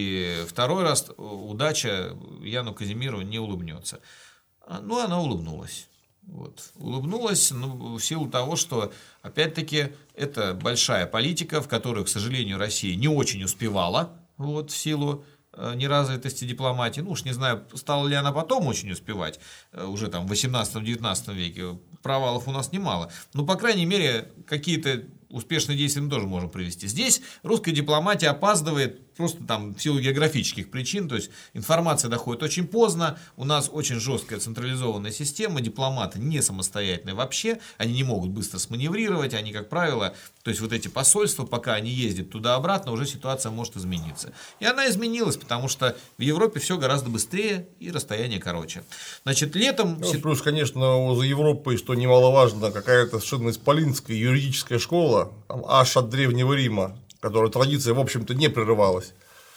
и второй раз удача Яну Казимиру не улыбнется. Ну, она улыбнулась. Вот. Улыбнулась в силу того, что, опять-таки, это большая политика, в которую, к сожалению, Россия не очень успевала, вот, в силу неразвитости дипломатии. Ну, уж не знаю, стала ли она потом очень успевать, уже там в 18-19 веке. Провалов у нас немало. Но, по крайней мере, какие-то успешные действия мы тоже можем привести. Здесь русская дипломатия опаздывает просто там в силу географических причин, то есть информация доходит очень поздно, у нас очень жесткая централизованная система, дипломаты не самостоятельные вообще, они не могут быстро сманеврировать, они, как правило, то есть вот эти посольства, пока они ездят туда-обратно, уже ситуация может измениться. И она изменилась, потому что в Европе все гораздо быстрее и расстояние короче. Значит, летом... Плюс, конечно, за Европой, что немаловажно, какая-то совершенно исполинская юридическая школа, аж от Древнего Рима, которая традиция, в общем-то, не прерывалась.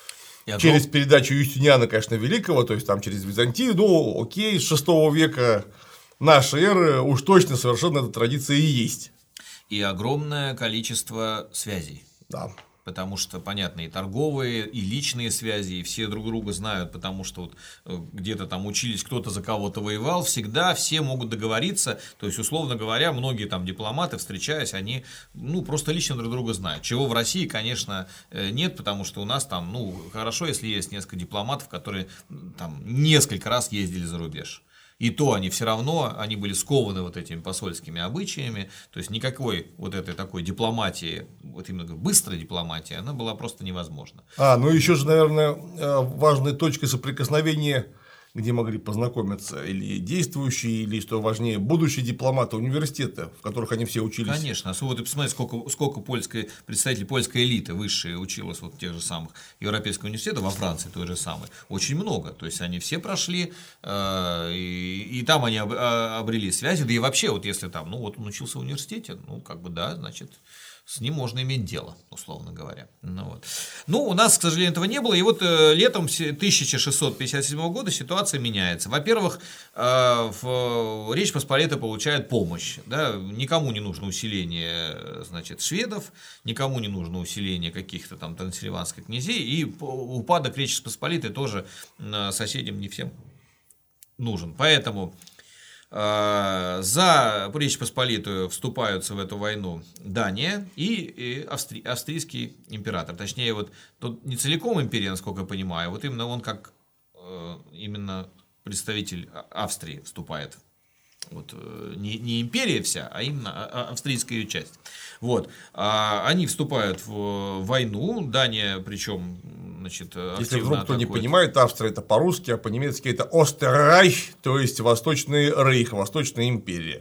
Через передачу Юстиниана, конечно, Великого, то есть там через Византию, ну, окей, с 6 века нашей эры уж точно совершенно эта традиция и есть. И огромное количество связей. Да. Потому что, понятно, и торговые, и личные связи, и все друг друга знают, потому что вот где-то там учились, кто-то за кого-то воевал, всегда все могут договориться, то есть, условно говоря, многие там дипломаты, встречаясь, они, просто лично друг друга знают, чего в России, конечно, нет, потому что у нас там, хорошо, если есть несколько дипломатов, которые там несколько раз ездили за рубеж. И то они все равно, они были скованы вот этими посольскими обычаями, то есть никакой вот этой такой дипломатии, вот именно быстрой дипломатии, она была просто невозможна. Еще же, наверное, важной точкой соприкосновения, где могли познакомиться или действующие, или, что важнее, будущие дипломаты университета, в которых они все учились. Конечно, особенно ты посмотри, сколько представителей польской элиты высшей училось вот в тех же самых Европейского университета во Франции, той же самой, очень много, то есть они все прошли, и там они обрели связи, да и вообще, вот если там, вот он учился в университете, да, значит, с ним можно иметь дело, условно говоря. У нас, к сожалению, этого не было. И вот летом 1657 года ситуация меняется. Во-первых, Речь Посполитая получает помощь. Да? Никому не нужно усиление, значит, шведов, никому не нужно усиление каких-то там трансильванских князей. И упадок Речи Посполитой тоже соседям не всем нужен. Поэтому... За Речь Посполитую вступаются в эту войну Дания и австрийский император. Точнее, вот тут не целиком империя, насколько я понимаю, вот именно он как именно представитель Австрии вступает. Вот, не империя вся, а именно австрийская ее часть. Вот. Они вступают в войну, Дания, причем, значит, если вдруг кто не понимает, Австрия это по-русски, а по-немецки это Остеррайх, то есть Восточный Рейх, Восточная империя.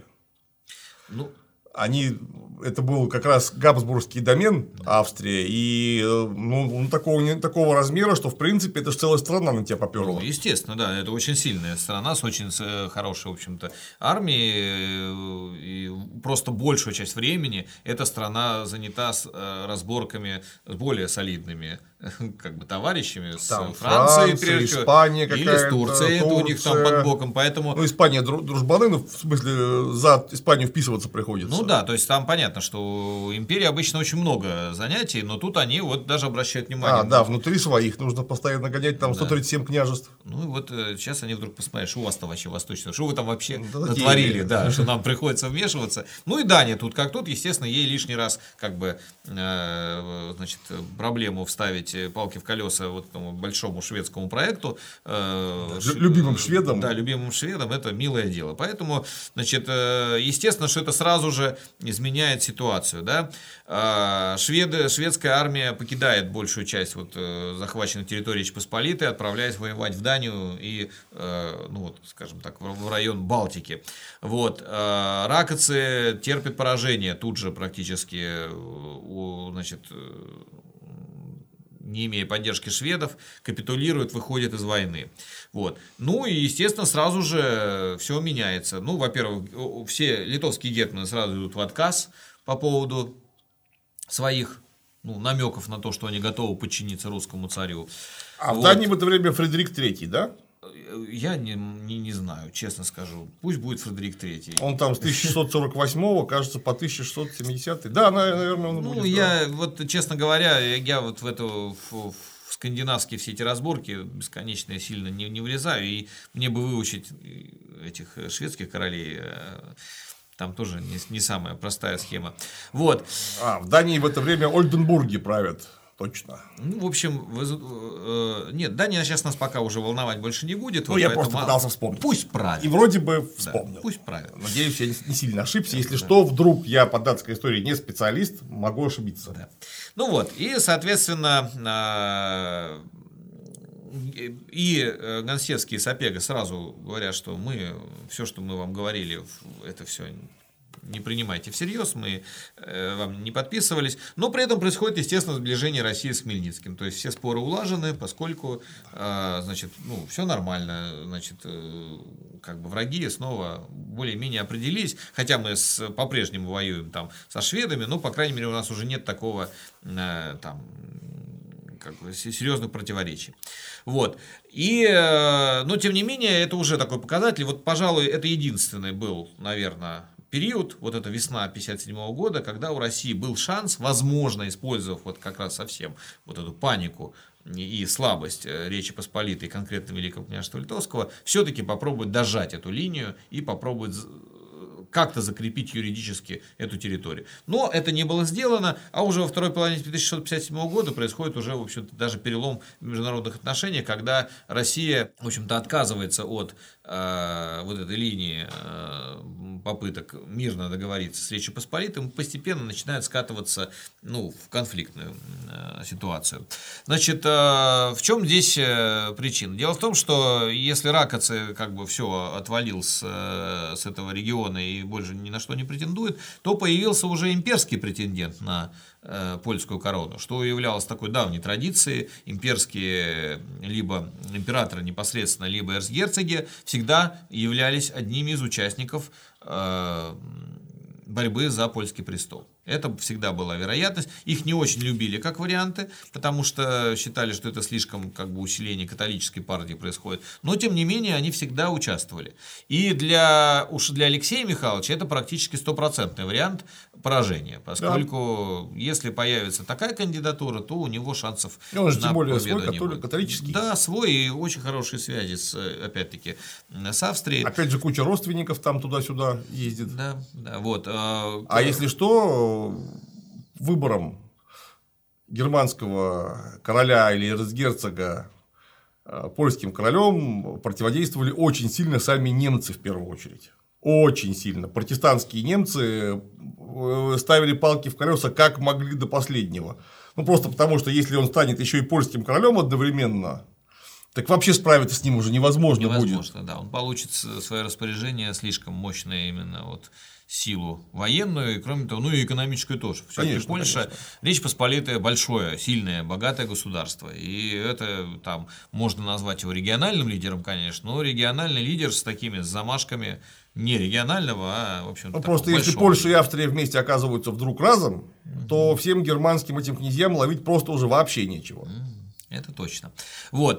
Это был как раз Габсбургский домен Австрии, и такого размера, что в принципе это же целая страна на тебя поперла. Естественно, да, это очень сильная страна с очень хорошей, в общем-то, армией, и просто большую часть времени эта страна занята с разборками с более солидными товарищами, там с Францией, прежде всего, Испания или с Турцией, это у них там под боком, поэтому... Испания дружбаны, в смысле, за Испанию вписываться приходится. Да, то есть там понятно, что у империи обычно очень много занятий, но тут они вот даже обращают внимание. Внутри своих нужно постоянно гонять, там 137 княжеств. Сейчас они вдруг посмотрят, что у вас-то вообще восточное, что вы там вообще натворили, что нам приходится вмешиваться. И Дания тут как тут, естественно, ей лишний раз проблему вставить палки в колеса вот этому большому шведскому проекту. Любимым шведам. Да, любимым шведам, это милое дело. Поэтому, значит, естественно, что это сразу же изменяет ситуацию. Да? Шведская армия покидает большую часть вот, захваченной территории Речи Посполитой, отправляясь воевать в Данию и, ну, вот, скажем так, в район Балтики. Вот. Ракоцы терпят поражение тут же практически, значит, не имея поддержки шведов, капитулирует, выходит из войны. Вот. Ну и, естественно, сразу же все меняется. Ну, во-первых, все литовские гетманы сразу идут в отказ по поводу своих намеков на то, что они готовы подчиниться русскому царю. А в Дании в это время Фредерик III, да? Я не знаю, честно скажу. Пусть будет Фредерик III. Он там с 1648, кажется, по 1670. Да, наверное, он будет. Я вот, честно говоря, я вот в скандинавские все эти разборки бесконечно сильно не влезаю. И мне бы выучить этих шведских королей. Там тоже не самая простая схема. Вот. В Дании в это время Ольденбурги правят. Точно. Ну, в общем, нет, Дания сейчас нас пока уже волновать больше не будет. Ну, я просто пытался вспомнить. Пусть правит. И вроде бы вспомнил. Да, пусть правит. Надеюсь, я не сильно ошибся. Если что, вдруг я по датской истории не специалист, могу ошибиться. Да. Ну вот, и, соответственно, и Гонсевский и Сапега сразу говорят, что все, что мы вам говорили, это все не принимайте всерьез, мы вам не подписывались. Но при этом происходит, естественно, сближение России с Хмельницким. То есть все споры улажены, поскольку значит, все нормально. Значит, как бы враги снова более-менее определились. Хотя мы по-прежнему воюем там со шведами, но, по крайней мере, у нас уже нет такого там как бы серьезных противоречий. Вот. Но, тем не менее, это уже такой показатель. Вот, пожалуй, это единственный был, наверное, период, вот эта весна 1957 года, когда у России был шанс, возможно, использовав вот как раз совсем вот эту панику и слабость Речи Посполитой, конкретно Великого княжества Литовского, все-таки попробовать дожать эту линию и попробовать как-то закрепить юридически эту территорию. Но это не было сделано, а уже во второй половине 1657 года происходит уже, в общем-то, даже перелом в международных отношениях, когда Россия, в общем-то, отказывается от вот этой линии попыток мирно договориться с Речью Посполитой, постепенно начинает скатываться в конфликтную ситуацию. Значит, в чем здесь причина? Дело в том, что если Ракоцы как бы все отвалил с этого региона и больше ни на что не претендует, то появился уже имперский претендент на польскую корону, что являлось такой давней традицией. Имперские либо императоры непосредственно, либо эрцгерцоги всегда являлись одними из участников борьбы за польский престол. Это всегда была вероятность. Их не очень любили как варианты, потому что считали, что это слишком как бы усиление католической партии происходит. Но, тем не менее, они всегда участвовали. И для Алексея Михайловича это практически стопроцентный вариант поражения, поскольку если появится такая кандидатура, то у него шансов на победу тем более свой не будет. Католический. Да, свой, и очень хорошие связи, опять-таки, с Австрией. Опять же, куча родственников там туда-сюда ездит. Да, вот. А если что, выбором германского короля или эрцгерцога польским королем противодействовали очень сильно сами немцы в первую очередь. Очень сильно. Протестантские немцы ставили палки в колеса как могли до последнего. Просто потому, что если он станет еще и польским королем одновременно, так вообще справиться с ним уже невозможно будет. Невозможно, да. Он получит в свое распоряжение слишком мощное именно силу военную, и, кроме того, и экономическую тоже. Все-таки Польша, конечно. Речь Посполитая большое, сильное, богатое государство. И это там можно назвать его региональным лидером, конечно, но региональный лидер с такими замашками не регионального, а в общем-то. Просто если Польша и Австрия вместе оказываются вдруг разом, то всем германским этим князьям ловить просто уже вообще нечего. Это точно. Вот.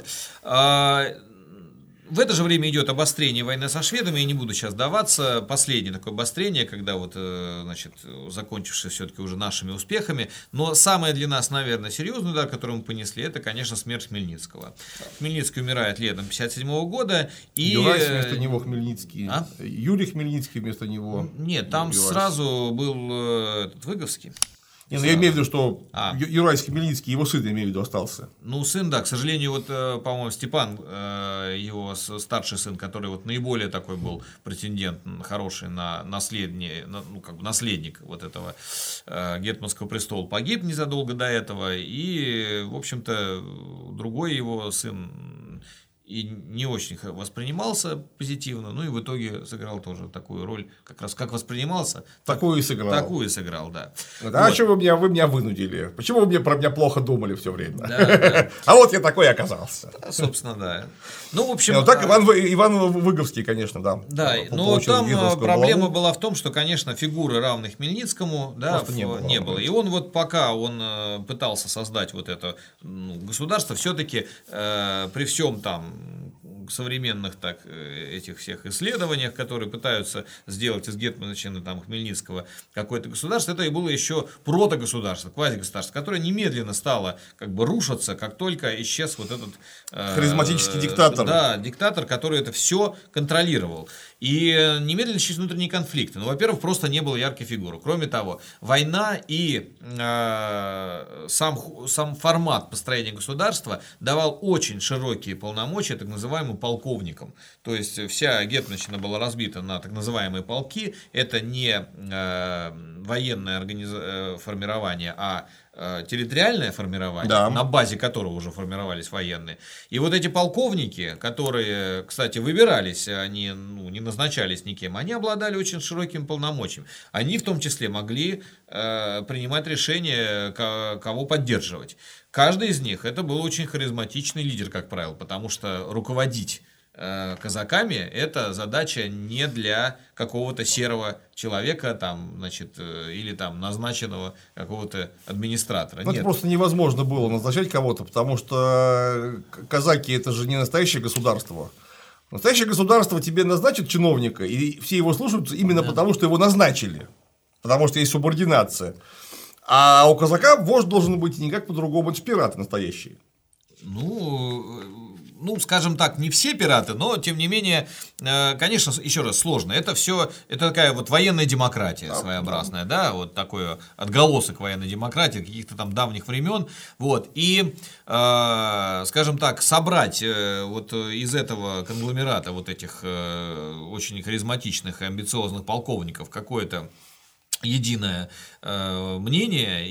В это же время идет обострение войны со шведами, я не буду сейчас даваться. Последнее такое обострение, когда закончившееся все-таки уже нашими успехами. Но самое для нас, наверное, серьезный удар, который мы понесли, это, конечно, смерть Хмельницкого. Хмельницкий умирает летом 1957 года. И Юрась вместо него Хмельницкий. Юрий Хмельницкий вместо него. Нет, там сразу был Выговский. Не, ну я имею в виду, что Юрай Хмельницкий, его сын, я имею в виду, остался. Ну, сын, да, к сожалению, вот, по-моему, Степан, его старший сын, который вот наиболее такой был претендент хороший на наследник вот этого гетманского престола, погиб незадолго до этого, и, в общем-то, другой его сын и не очень воспринимался позитивно, ну и в итоге сыграл тоже такую роль, как раз как воспринимался, такую и сыграл. Такую и сыграл, да. А что вы меня вынудили? Почему вы про меня плохо думали все время? Да. А вот я такой оказался. Собственно, да. Ну, в общем... Так Иван Выговский, конечно, да. Да, но там проблема была в том, что, конечно, фигуры, равных Хмельницкому, да, не было. И он вот пока он пытался создать вот это государство, все-таки при всем там современных этих всех исследованиях, которые пытаются сделать из гетманщины там Хмельницкого какое-то государство, это и было еще протогосударство, квазигосударство, которое немедленно стало как бы рушиться, как только исчез вот этот харизматический диктатор. Да, диктатор, который это все контролировал. И немедленно начались внутренние конфликты. Ну, во-первых, просто не было яркой фигуры. Кроме того, война и сам формат построения государства давал очень широкие полномочия так называемым полковникам. То есть вся гетманщина была разбита на так называемые полки. Это не военное формирование, а территориальное формирование, да, на базе которого уже формировались военные. И вот эти полковники, которые, кстати, выбирались, они не назначались никем, они обладали очень широкими полномочиями. Они в том числе могли принимать решения, кого поддерживать. Каждый из них это был очень харизматичный лидер, как правило, потому что руководить казаками это задача не для какого-то серого человека там, значит, или там назначенного какого-то администратора. Это просто невозможно было назначать кого-то, потому что казаки это же не настоящее государство. Настоящее государство тебе назначит чиновника, и все его слушаются именно потому, что его назначили, потому что есть субординация. А у казака вождь должен быть никак по-другому, это пираты настоящие. Ну, скажем так, не все пираты, но, тем не менее, конечно, еще раз, сложно. Это все, это такая вот военная демократия своеобразная, да, вот такой отголосок военной демократии, каких-то там давних времен, вот, и, скажем так, собрать вот из этого конгломерата вот этих очень харизматичных и амбициозных полковников какое-то единое мнение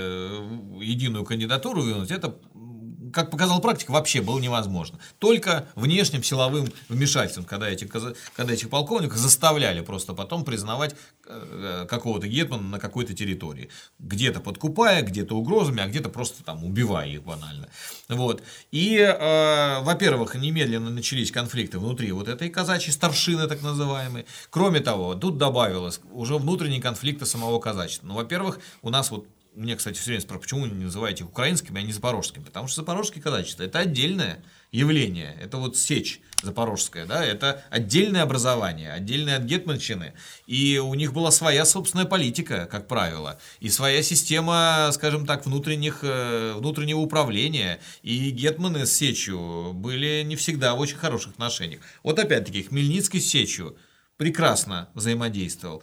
и единую кандидатуру вынуть, это, как показала практика, вообще было невозможно. Только внешним силовым вмешательством, когда этих полковников заставляли просто потом признавать какого-то гетмана на какой-то территории. Где-то подкупая, где-то угрозами, а где-то просто там убивая их банально. Вот. И, во-первых, немедленно начались конфликты внутри вот этой казачьей старшины, так называемой. Кроме того, тут добавилось уже внутренние конфликты самого казачества. Ну, во-первых, у нас вот мне, кстати, все время спрашивают, почему вы не называете их украинскими, а не запорожскими? Потому что запорожское казачество – это отдельное явление, это вот сечь запорожская, да, это отдельное образование, отдельное от гетманщины, и у них была своя собственная политика, как правило, и своя система, скажем так, внутреннего управления, и гетманы с сечью были не всегда в очень хороших отношениях. Вот опять-таки Хмельницкий с сечью прекрасно взаимодействовал.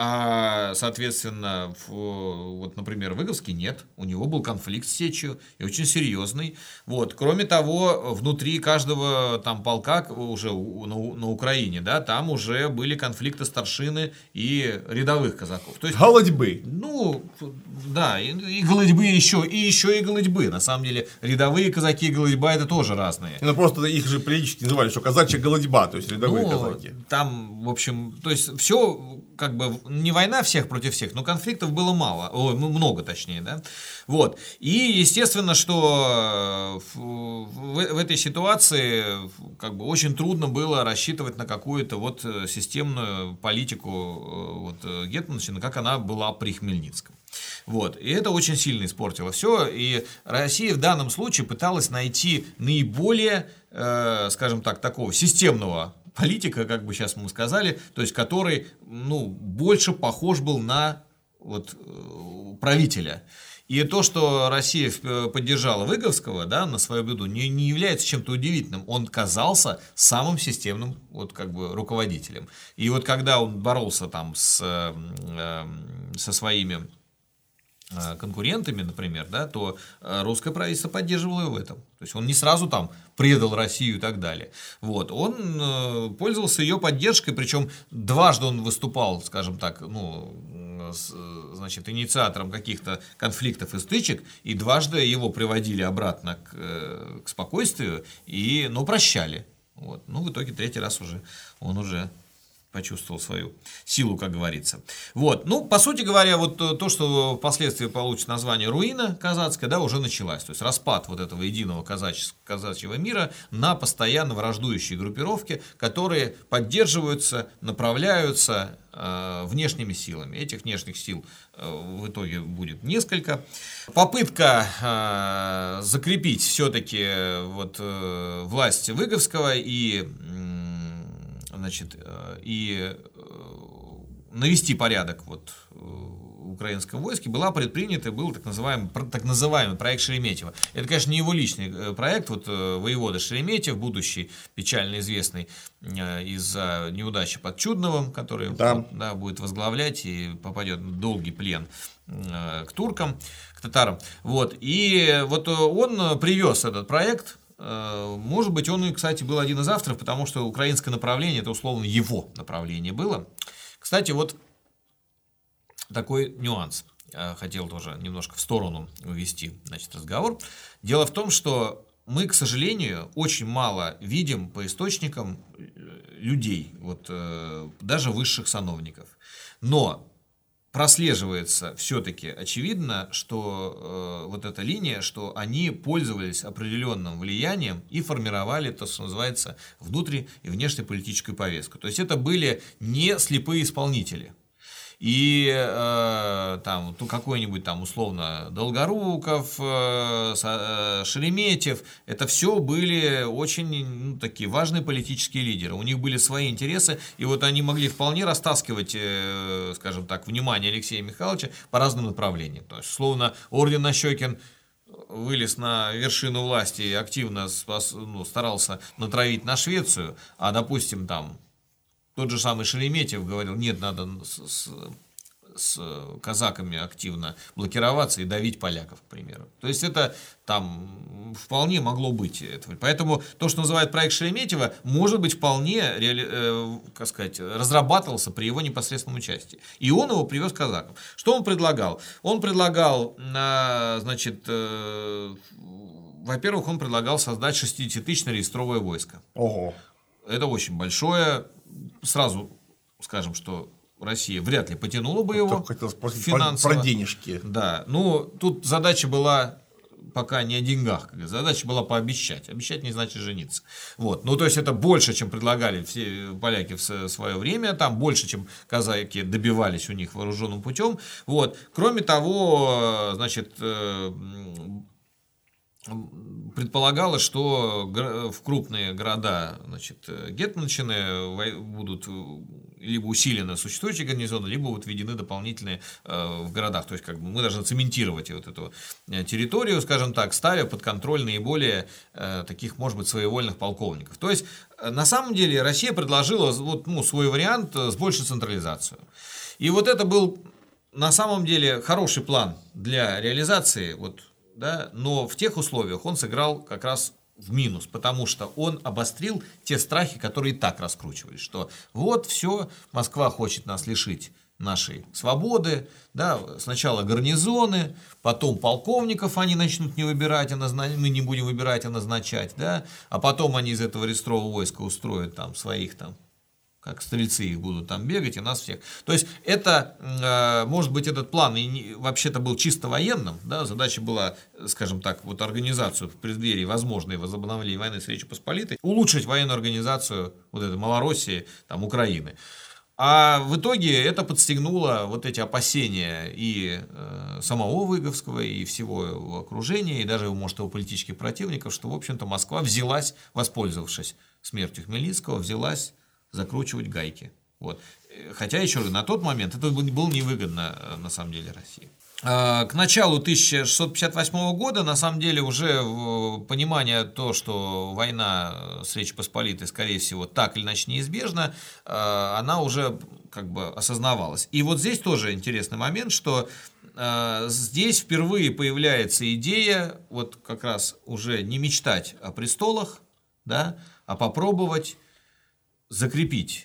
А, соответственно, вот, например, Выговский нет, у него был конфликт с сечью, и очень серьезный. Вот. Кроме того, внутри каждого там полка уже на Украине, да, там уже были конфликты старшины и рядовых казаков. То есть, голодьбы. Ну, да, и голодьбы еще и голодьбы. На самом деле, рядовые казаки и голодьба это тоже разные. Ну, просто их же прилично называли, что казачья голодьба, то есть рядовые казаки. Там, в общем, то есть все как бы не война всех против всех, но конфликтов было много точнее, да, вот, и естественно, что в этой ситуации как бы очень трудно было рассчитывать на какую-то вот системную политику вот гетманщины, как она была при Хмельницком. Вот. И это очень сильно испортило все. И Россия в данном случае пыталась найти наиболее, скажем так, такого системного политика, как бы сейчас мы сказали, то есть который, ну, больше похож был на вот, правителя. И то, что Россия поддержала Выговского, да, на свою беду, не является чем-то удивительным. Он казался самым системным вот, как бы, руководителем. И вот когда он боролся там со своими конкурентами, например, да, то русское правительство поддерживало его в этом. То есть он не сразу там предал Россию и так далее. Вот. Он пользовался ее поддержкой, причем дважды он выступал, скажем так, значит, инициатором каких-то конфликтов и стычек, и дважды его приводили обратно к спокойствию и, прощали. Вот. В итоге третий раз он уже почувствовал свою силу, как говорится. Вот. По сути говоря, вот то, что впоследствии получит название руина казацкая, да, уже началась. То есть распад вот этого единого казачьего мира на постоянно враждующие группировки, которые поддерживаются, направляются внешними силами. Этих внешних сил в итоге будет несколько. Попытка закрепить все-таки вот власть Выговского и навести порядок в украинском войске была предпринята, был так называемый проект Шереметьева. Это, конечно, не его личный проект, воевода Шереметьев, будущий печально известный из-за неудачи под Чудновым, который будет возглавлять и попадет в долгий плен к туркам, к татарам. И он привез этот проект. Может быть, он, кстати, был один из авторов, потому что украинское направление, это условно его направление было. Кстати, такой нюанс. Хотел тоже немножко в сторону увести, разговор. Дело в том, что мы, к сожалению, очень мало видим по источникам людей, даже высших сановников. Но прослеживается все-таки очевидно, что эта линия, что они пользовались определенным влиянием и формировали то, что называется внутри- и внешнеполитическую повестку. То есть это были не слепые исполнители. И какой-нибудь условно Долгоруков, Шереметьев, это все были очень такие важные политические лидеры. У них были свои интересы, и они могли вполне растаскивать, скажем так, внимание Алексея Михайловича по разным направлениям. То есть, условно, орден Нащекин вылез на вершину власти и активно старался натравить на Швецию, а, допустим, тот же самый Шереметьев говорил, нет, надо с казаками активно блокироваться и давить поляков, к примеру. То есть это вполне могло быть. Поэтому то, что называют проект Шереметьева, может быть, вполне разрабатывался при его непосредственном участии. И он его привез к казакам. Что он предлагал? Он предлагал, во-первых, он предлагал создать 60-тысячное реестровое войско. Ого. Это очень большое. Сразу скажем, что Россия вряд ли потянула бы его финансово. Про денежки. Да. Тут задача была пока не о деньгах. Задача была пообещать. Обещать не значит жениться. То есть это больше, чем предлагали все поляки в свое время, больше, чем казаки добивались у них вооруженным путем. Кроме того, предполагалось, что в крупные города гетманщины будут либо усилены существующие гарнизоны, либо введены дополнительные в городах. То есть мы должны цементировать эту территорию, скажем так, ставя под контроль наиболее таких, может быть, своевольных полковников. То есть на самом деле Россия предложила свой вариант с большей централизацией. И это был на самом деле хороший план для реализации. Но в тех условиях он сыграл как раз в минус, потому что он обострил те страхи, которые и так раскручивались, что все, Москва хочет нас лишить нашей свободы, сначала гарнизоны, потом полковников они начнут не выбирать, мы не будем выбирать, а назначать, а потом они из этого реестрового войска устроят своих как стрельцы их будут бегать, и нас всех. То есть это, может быть, этот план вообще-то был чисто военным, задача была, скажем так, организацию в преддверии возможной возобновления войны с Речью Посполитой, улучшить военную организацию этой Малороссии, Украины. А в итоге это подстегнуло эти опасения и самого Выговского, и всего его окружения, и даже, может, его политических противников, что, в общем-то, Москва взялась, воспользовавшись смертью Хмельницкого, взялась закручивать гайки. Хотя, еще раз, на тот момент это было невыгодно, на самом деле, России. К началу 1658 года, на самом деле, уже понимание то, что война с Речью Посполитой, скорее всего, так или иначе неизбежна, она уже осознавалась. И здесь тоже интересный момент, что здесь впервые появляется идея вот как раз уже не мечтать о престолах, да, а попробовать закрепить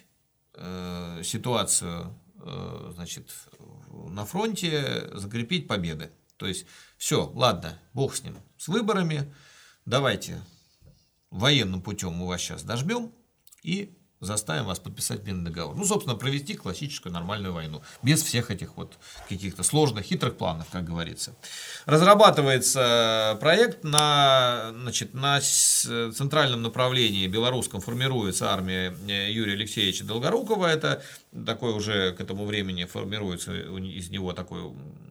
ситуацию, значит, на фронте, закрепить победы. То есть, все, ладно, бог с ним, с выборами, давайте военным путем мы вас сейчас дожмем и заставим вас подписать мирный договор. Ну, собственно, провести классическую нормальную войну, без всех этих вот каких-то сложных, хитрых планов, как говорится. Разрабатывается проект значит, на центральном направлении белорусском формируется армия Юрия Алексеевича Долгорукова. Это такой уже к этому времени формируется из него такой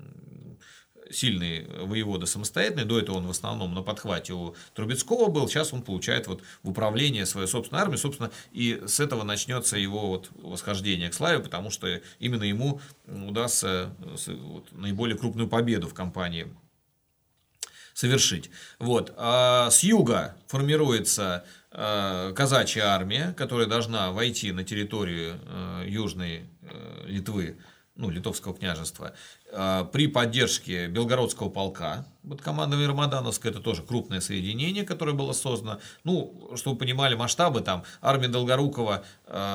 сильный воевода самостоятельный. До этого он в основном на подхвате у Трубецкого был. Сейчас он получает вот в управление свою собственную армию. Собственно, и с этого начнется его вот восхождение к славе, потому что именно ему удастся вот наиболее крупную победу в кампании совершить. Вот. А с юга формируется казачья армия, которая должна войти на территорию Южной Литвы, ну, Литовского княжества, при поддержке Белгородского полка под командой Рамадановской. Это тоже крупное соединение, которое было создано. Ну, чтобы вы понимали масштабы, там армия Долгорукова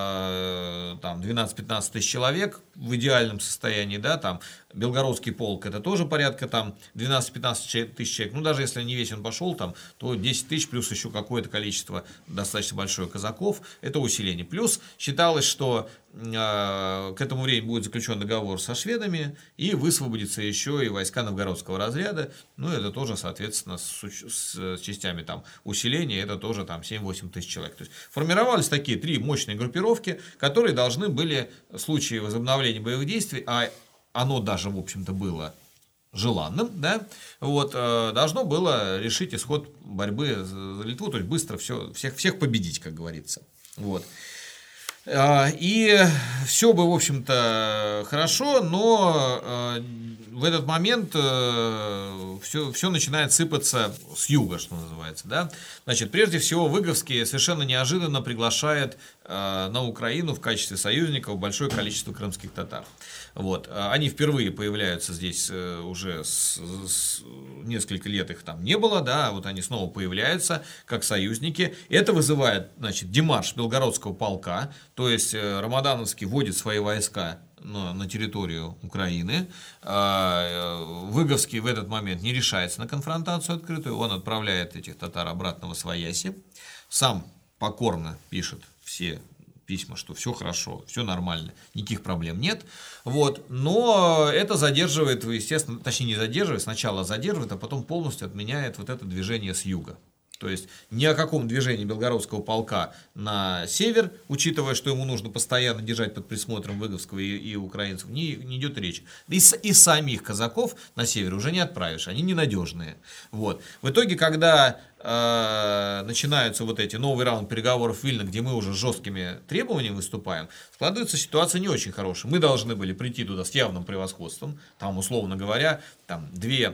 там 12-15 тысяч человек в идеальном состоянии, да, там Белгородский полк это тоже порядка там 12-15 тысяч человек. Ну, даже если не весь он пошел там, то 10 тысяч плюс еще какое-то количество достаточно большое казаков, это усиление. Плюс считалось, что к этому времени будет заключен договор со шведами и высвободится еще и войска Новгородского разряда. Ну, это тоже, соответственно, с частями там усиления, это тоже там 7-8 тысяч человек. То есть формировались такие три мощные группировки, которые должны были в случае возобновления боевых действий, а оно даже, в общем-то, было желанным, да, вот, должно было решить исход борьбы за Литву, то есть быстро всех победить, как говорится. Вот. И все бы, в общем-то, хорошо, но в этот момент все начинает сыпаться с юга, что называется. Да? Значит, прежде всего, Выговский совершенно неожиданно приглашает на Украину в качестве союзников большое количество крымских татар. Вот. Они впервые появляются здесь уже несколько лет их там не было, да, вот они снова появляются как союзники. Это вызывает, значит, демарш Белгородского полка, то есть Рамадановский вводит свои войска на территорию Украины. Выговский в этот момент не решается на конфронтацию открытую, он отправляет этих татар обратно в Освояси, сам покорно пишет все письма, что все хорошо, все нормально, никаких проблем нет. Вот. Но это задерживает, естественно, точнее не задерживает, сначала задерживает, а потом полностью отменяет вот это движение с юга. То есть ни о каком движении Белгородского полка на север, учитывая, что ему нужно постоянно держать под присмотром Выговского и украинцев, не идет речь. И самих казаков на север уже не отправишь, они ненадежные. Вот. В итоге, когда начинаются вот эти новый раунд переговоров в Вильно, где мы уже с жесткими требованиями выступаем, складывается ситуация не очень хорошая. Мы должны были прийти туда с явным превосходством, там, условно говоря, там две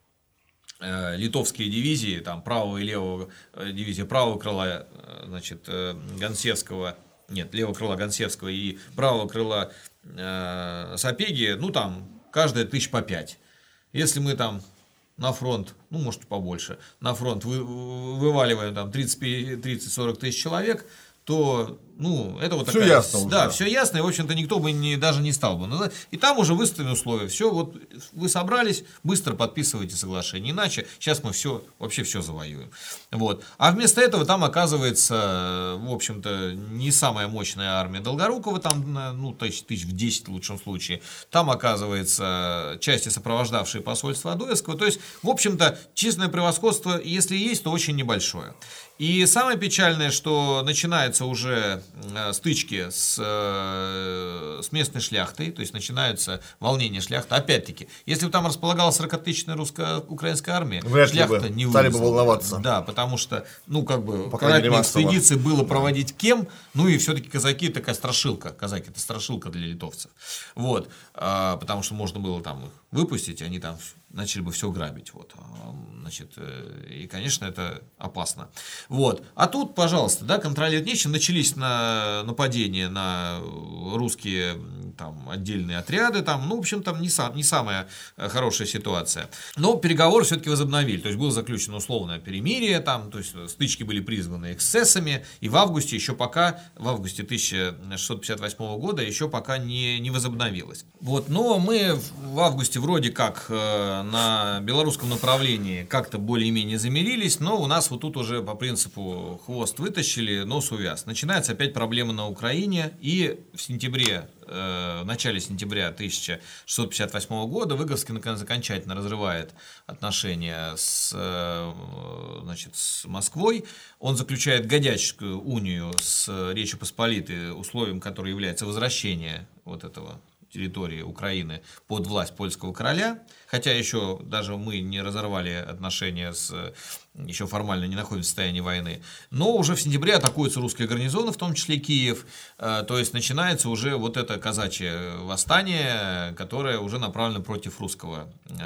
литовские дивизии, там правого и левого дивизия правого крыла, значит, Гонсевского, нет, левого крыла Гонсевского и правого крыла Сапеги, ну там каждая 1000 по 5. Если мы там на фронт, ну может побольше, на фронт вываливаем там 30-40 тысяч человек, то, ну, это вот такая... Все ясно уже. Да, все ясно, и, в общем-то, никто бы даже не стал бы. И там уже выставлены условия. Все, вот вы собрались, быстро подписывайте соглашение. Иначе сейчас мы вообще все завоюем. Вот. А вместо этого там оказывается, в общем-то, не самая мощная армия Долгорукова, там, ну, тысяч в 10 в лучшем случае. Там оказывается части, сопровождавшие посольство Адоевского. То есть, в общем-то, численное превосходство, если есть, то очень небольшое. И самое печальное, что начинаются уже стычки с местной шляхтой, то есть начинаются волнения шляхты. Опять-таки, если бы там располагалась 40-тысячная русско-украинская армия, шляхта не стали бы волноваться. Да, потому что, ну, как бы, карательные экспедиции было проводить кем, ну, и все-таки казаки такая страшилка, казаки это страшилка для литовцев. Вот, потому что можно было там выпустить, они там начали бы все грабить. Вот. Значит, и, конечно, это опасно. Вот. А тут, пожалуйста, да, контролировать нечем. Начались нападения на русские там, отдельные отряды. Там, ну, в общем, там не самая хорошая ситуация. Но переговоры все-таки возобновили. То есть было заключено условное перемирие, там, то есть стычки были призваны эксцессами. И в августе 1658 года еще пока не возобновилось. Вот. Но мы в августе вроде как на белорусском направлении как-то более-менее замирились, но у нас вот тут уже по принципу хвост вытащили, нос увяз. Начинается опять проблема на Украине, и в начале сентября 1658 года Выговский наконец окончательно разрывает отношения с Москвой. Он заключает годяческую унию с Речью Посполитой, условием которой является возвращение вот этого территории Украины под власть польского короля, хотя еще даже мы не разорвали отношения еще формально не находимся в состоянии войны, но уже в сентябре атакуются русские гарнизоны, в том числе Киев, то есть начинается уже вот это казачье восстание, которое уже направлено против русского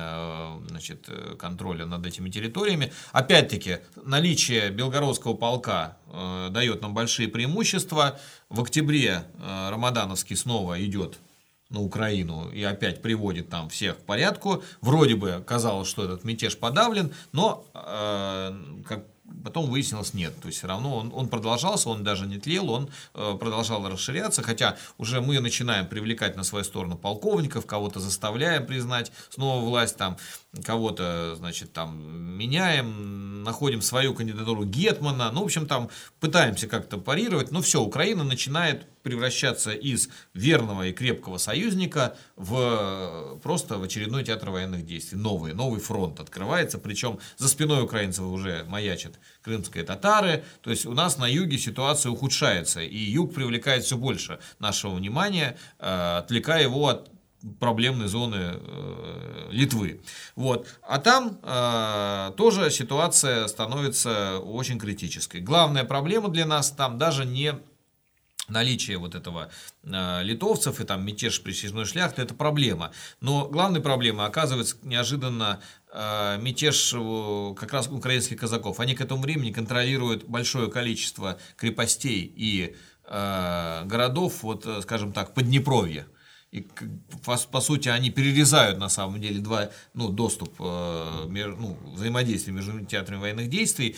контроля над этими территориями. Опять-таки, наличие Белгородского полка дает нам большие преимущества. В октябре Рамадановский снова идет на Украину и опять приводит там всех к порядку. Вроде бы казалось, что этот мятеж подавлен, но как потом выяснилось, нет. То есть все равно он продолжался, он даже не тлел, он продолжал расширяться, хотя уже мы начинаем привлекать на свою сторону полковников, кого-то заставляем признать снова власть, там, кого-то, значит, там меняем, находим свою кандидатуру гетмана, ну, в общем, там пытаемся как-то парировать, но все, Украина начинает превращаться из верного и крепкого союзника просто в очередной театр военных действий. Новый фронт открывается, причем за спиной украинцев уже маячат крымские татары, то есть у нас на юге ситуация ухудшается, и юг привлекает все больше нашего внимания, отвлекая его от проблемной зоны Литвы. Вот. А там тоже ситуация становится очень критической. Главная проблема для нас там даже не наличие вот этого литовцев и там мятеж присяжной шляхты — это проблема. Но главной проблемой оказывается неожиданно мятеж как раз украинских казаков. Они к этому времени контролируют большое количество крепостей и городов, вот, скажем так, Поднепровья. И, по сути, они перерезают, на самом деле, доступ, взаимодействие между театрами военных действий.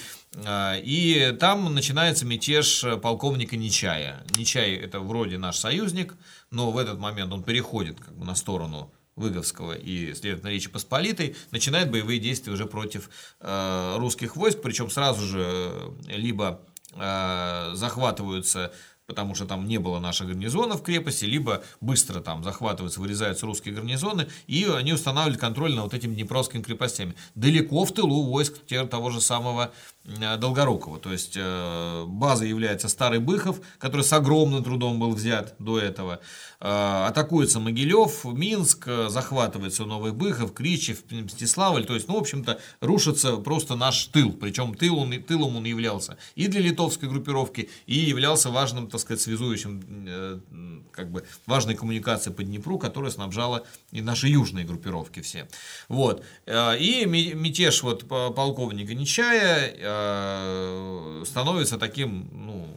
И там начинается мятеж полковника Нечая. Нечай — это вроде наш союзник, но в этот момент он переходит как бы на сторону Выговского и, следовательно, Речи Посполитой, начинает боевые действия уже против русских войск, причем сразу же либо захватываются, потому что там не было наших гарнизонов в крепости, либо быстро там захватываются, вырезаются русские гарнизоны, и они устанавливают контроль над вот этими днепровскими крепостями. Далеко в тылу войск того же самого Долгорукова. То есть базой является Старый Быхов, который с огромным трудом был взят до этого. Атакуется Могилев, Минск, захватывается Новый Быхов, Кричев, Мстиславль. То есть, в общем-то, рушится просто наш тыл. Причем тылом он являлся и для литовской группировки, и являлся важным, так сказать, связующим, важной коммуникацией по Днепру, которая снабжала и наши южные группировки все. Вот. И мятеж полковника Нечая становится таким,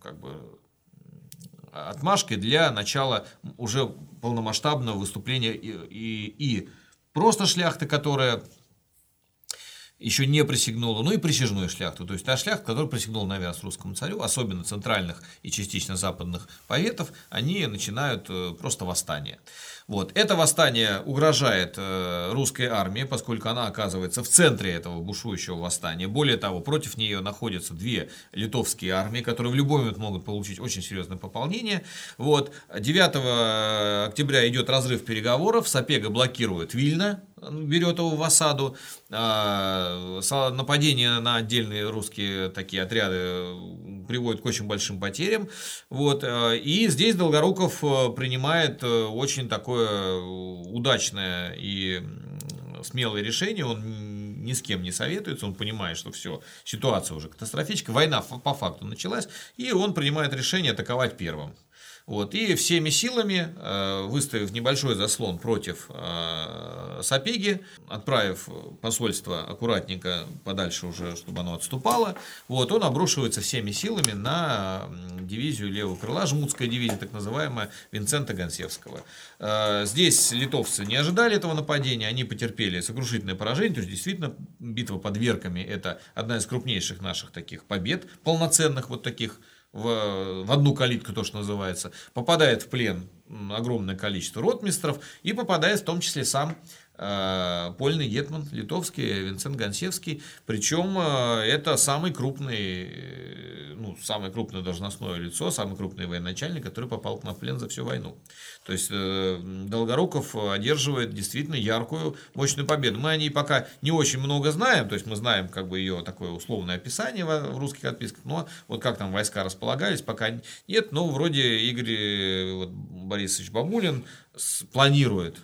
отмашкой для начала уже полномасштабного выступления и просто шляхты, которая еще не присягнула, и присяжной шляхты, то есть та шляхта, которая присягнула на верность русскому царю, особенно центральных и частично западных поветов, они начинают просто восстание. Вот. Это восстание угрожает русской армии, поскольку она оказывается в центре этого бушующего восстания. Более того, против нее находятся две литовские армии, которые в любой момент могут получить очень серьезное пополнение. Вот. 9 октября идет разрыв переговоров, Сапега блокирует Вильно, берет его в осаду. Нападение на отдельные русские такие отряды приводит к очень большим потерям. Вот. И здесь Долгоруков принимает очень такое удачное и смелое решение. Он ни с кем не советуется, он понимает, что все, ситуация уже катастрофическая, война по факту началась, и он принимает решение атаковать первым. Вот. И всеми силами, выставив небольшой заслон против Сапеги, отправив посольство аккуратненько подальше уже, чтобы оно отступало, вот, он обрушивается всеми силами на дивизию левого крыла, жмутская дивизия, так называемая, Винцента Гонсевского. Здесь литовцы не ожидали этого нападения, они потерпели сокрушительное поражение, то есть действительно битва под Верками — это одна из крупнейших наших таких побед, полноценных вот таких, в одну калитку, то, что называется. Попадает в плен огромное количество ротмистров и попадает в том числе сам польный гетман литовский Винцент Гонсевский. Причем это самое крупное должностное лицо, самый крупный военачальник, который попал к нам в плен за всю войну. То есть Долгоруков одерживает действительно яркую, мощную победу. Мы о ней пока не очень много знаем, то есть мы знаем как бы ее такое условное описание в русских отписках, но вот как там войска располагались, пока нет. Но вроде Игорь Борисович Бабулин планирует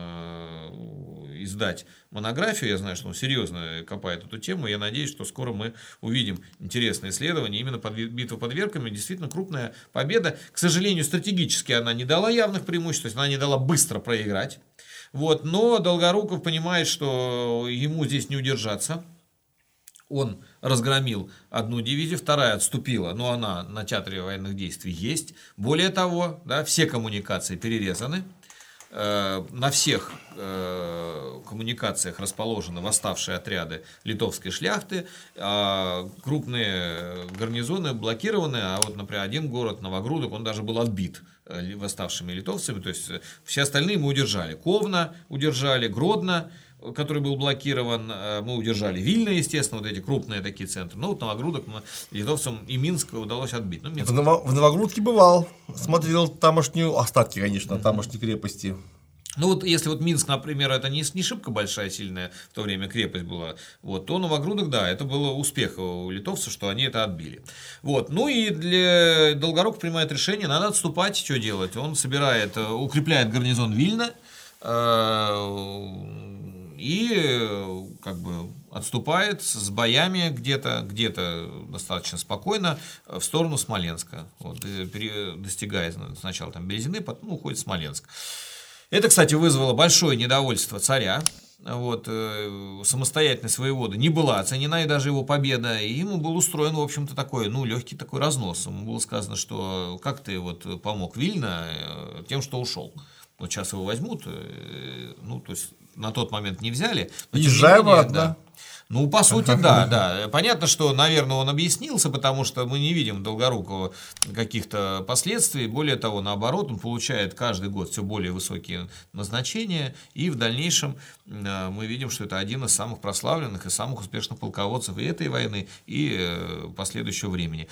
издать монографию. Я знаю, что он серьезно копает эту тему. Я надеюсь, что скоро мы увидим интересное исследование. Именно битва под Верками действительно крупная победа. К сожалению, стратегически она не дала явных преимуществ, то есть она не дала быстро проиграть. Вот. Но Долгоруков понимает, что ему здесь не удержаться. Он разгромил одну дивизию, вторая отступила, но она на театре военных действий есть. Более того, да, все коммуникации перерезаны. На всех коммуникациях расположены восставшие отряды литовской шляхты, крупные гарнизоны блокированы, а вот, например, один город, Новогрудок, он даже был отбит восставшими литовцами, то есть все остальные мы удержали. Ковна удержали, Гродно, который был блокирован, мы удержали. Вильно, естественно, вот эти крупные такие центры. Но вот Новогрудок литовцам и Минск удалось отбить. Ну, в Новогрудке бывал, смотрел тамошнюю, остатки, конечно, тамошней крепости. Ну вот если вот Минск, например, это не шибко большая, сильная в то время крепость была, вот, то Новогрудок, да, это было успех у литовцев, что они это отбили. Вот. Ну и для Долгоруков принимает решение, надо отступать, что делать. Он укрепляет гарнизон Вильна, и как бы отступает с боями где-то достаточно спокойно в сторону Смоленска. Вот, достигает сначала там Березины, потом уходит в Смоленск. Это, кстати, вызвало большое недовольство царя. Вот, самостоятельность воеводы не была оценена, и даже его победа, и ему был устроен, в общем-то, такой, легкий такой разнос. Ему было сказано, что как ты вот помог Вильно тем, что ушел. Вот сейчас его возьмут, то есть на тот момент не взяли. Езжай обратно. Да. Ну, по сути, да. Понятно, что, наверное, он объяснился, потому что мы не видим Долгорукова каких-то последствий. Более того, наоборот, он получает каждый год все более высокие назначения. И в дальнейшем мы видим, что это один из самых прославленных и самых успешных полководцев и этой войны, и последующего времени.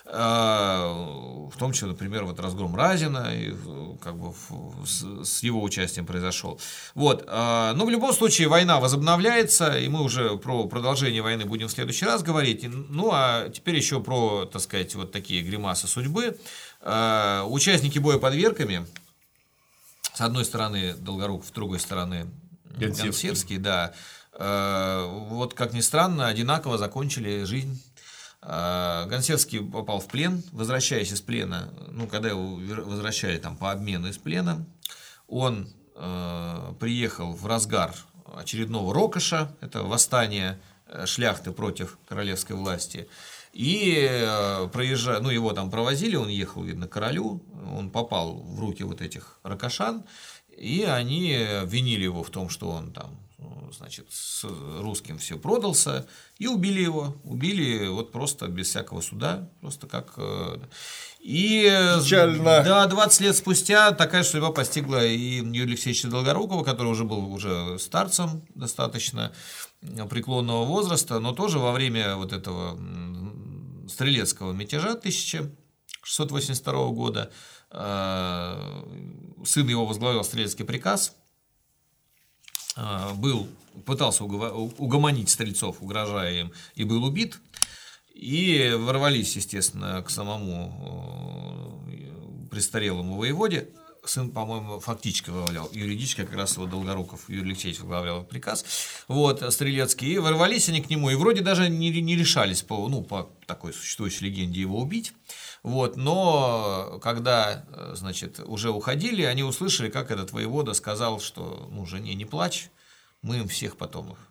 В том числе, например, вот разгром Разина как бы с его участием произошел. Вот. Но в любом случае война возобновляется, и мы уже про продолжение войны будем в следующий раз говорить. Ну а теперь еще про, так сказать, вот такие гримасы судьбы. Участники боя под Верками, с одной стороны Долгоруков, с другой стороны Гонсевский, да, вот как ни странно, одинаково закончили жизнь. Гонсевский попал в плен, возвращаясь из плена, когда его возвращали там по обмену из плена, он приехал в разгар очередного рокоша, это восстание шляхты против королевской власти, и его там провозили, он ехал, видно, к королю, он попал в руки вот этих рокошан, и они обвинили его в том, что он там, значит, с русским все продался, и убили его. Убили вот просто без всякого суда, просто как... И печально. Да, 20 лет спустя такая судьба постигла и Юрия Алексеевича Долгорукова, который уже был старцем достаточно преклонного возраста, но тоже во время вот этого стрелецкого мятежа 1682 года сын его возглавил стрелецкий приказ, пытался угомонить стрельцов, угрожая им, и был убит. И ворвались, естественно, к самому престарелому воеводе. Сын, по-моему, фактически возглавлял, юридически как раз его Долгоруков, Юрий Алексеевич возглавлял приказ, стрелецкий. И ворвались они к нему, и вроде даже не решались по такой существующей легенде его убить. Но когда, значит, уже уходили, они услышали, как этот воевода сказал, что жене не плачь, мы им всех потом их.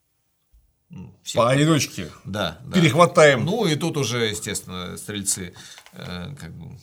Поодиночке. Да. Перехватаем. Ну, и тут уже, естественно, стрельцы как бы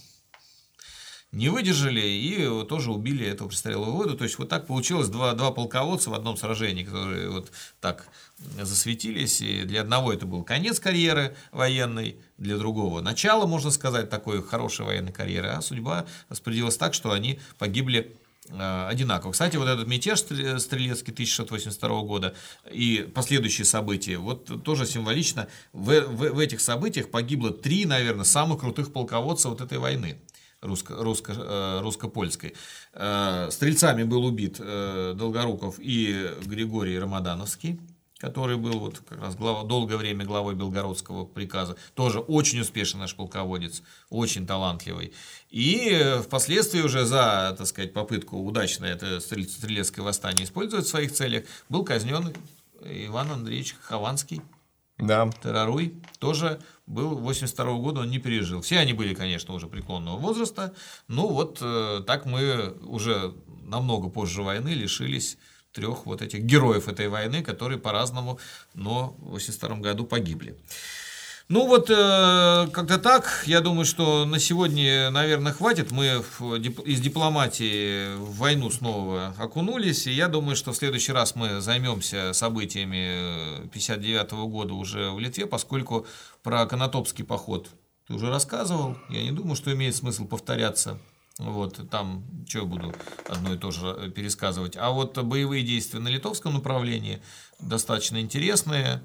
не выдержали и тоже убили этого престарелого воеводу. То есть, вот так получилось два полководца в одном сражении, которые вот так засветились. И для одного это был конец карьеры военной, для другого начало, можно сказать, такой хорошей военной карьеры. А судьба распорядилась так, что они погибли одинаково. Кстати, вот этот мятеж стрелецкий 1682 года и последующие события, вот тоже символично. В этих событиях погибло 3, наверное, самых крутых полководца вот этой войны русско-польской. Стрельцами был убит Долгоруков и Григорий Рамадановский, который был вот как раз долгое время главой Белгородского приказа. Тоже очень успешный наш полководец, очень талантливый. И впоследствии уже за, так сказать, попытку удачное это стрелецкое восстание использовать в своих целях был казнен Иван Андреевич Хованский. Да. Тараруй тоже был 82 года, он не пережил. Все они были, конечно, уже преклонного возраста. Ну вот так мы уже намного позже войны лишились 3 вот этих героев этой войны, которые по-разному, но в 82 году погибли. Ну вот как-то так, я думаю, что на сегодня, наверное, хватит. Мы из дипломатии в войну снова окунулись, и я думаю, что в следующий раз мы займемся событиями 59 года уже в Литве, поскольку про Конотопский поход ты уже рассказывал, я не думаю, что имеет смысл повторяться. Вот, там, что я буду одно и то же пересказывать. А вот боевые действия на литовском направлении достаточно интересные.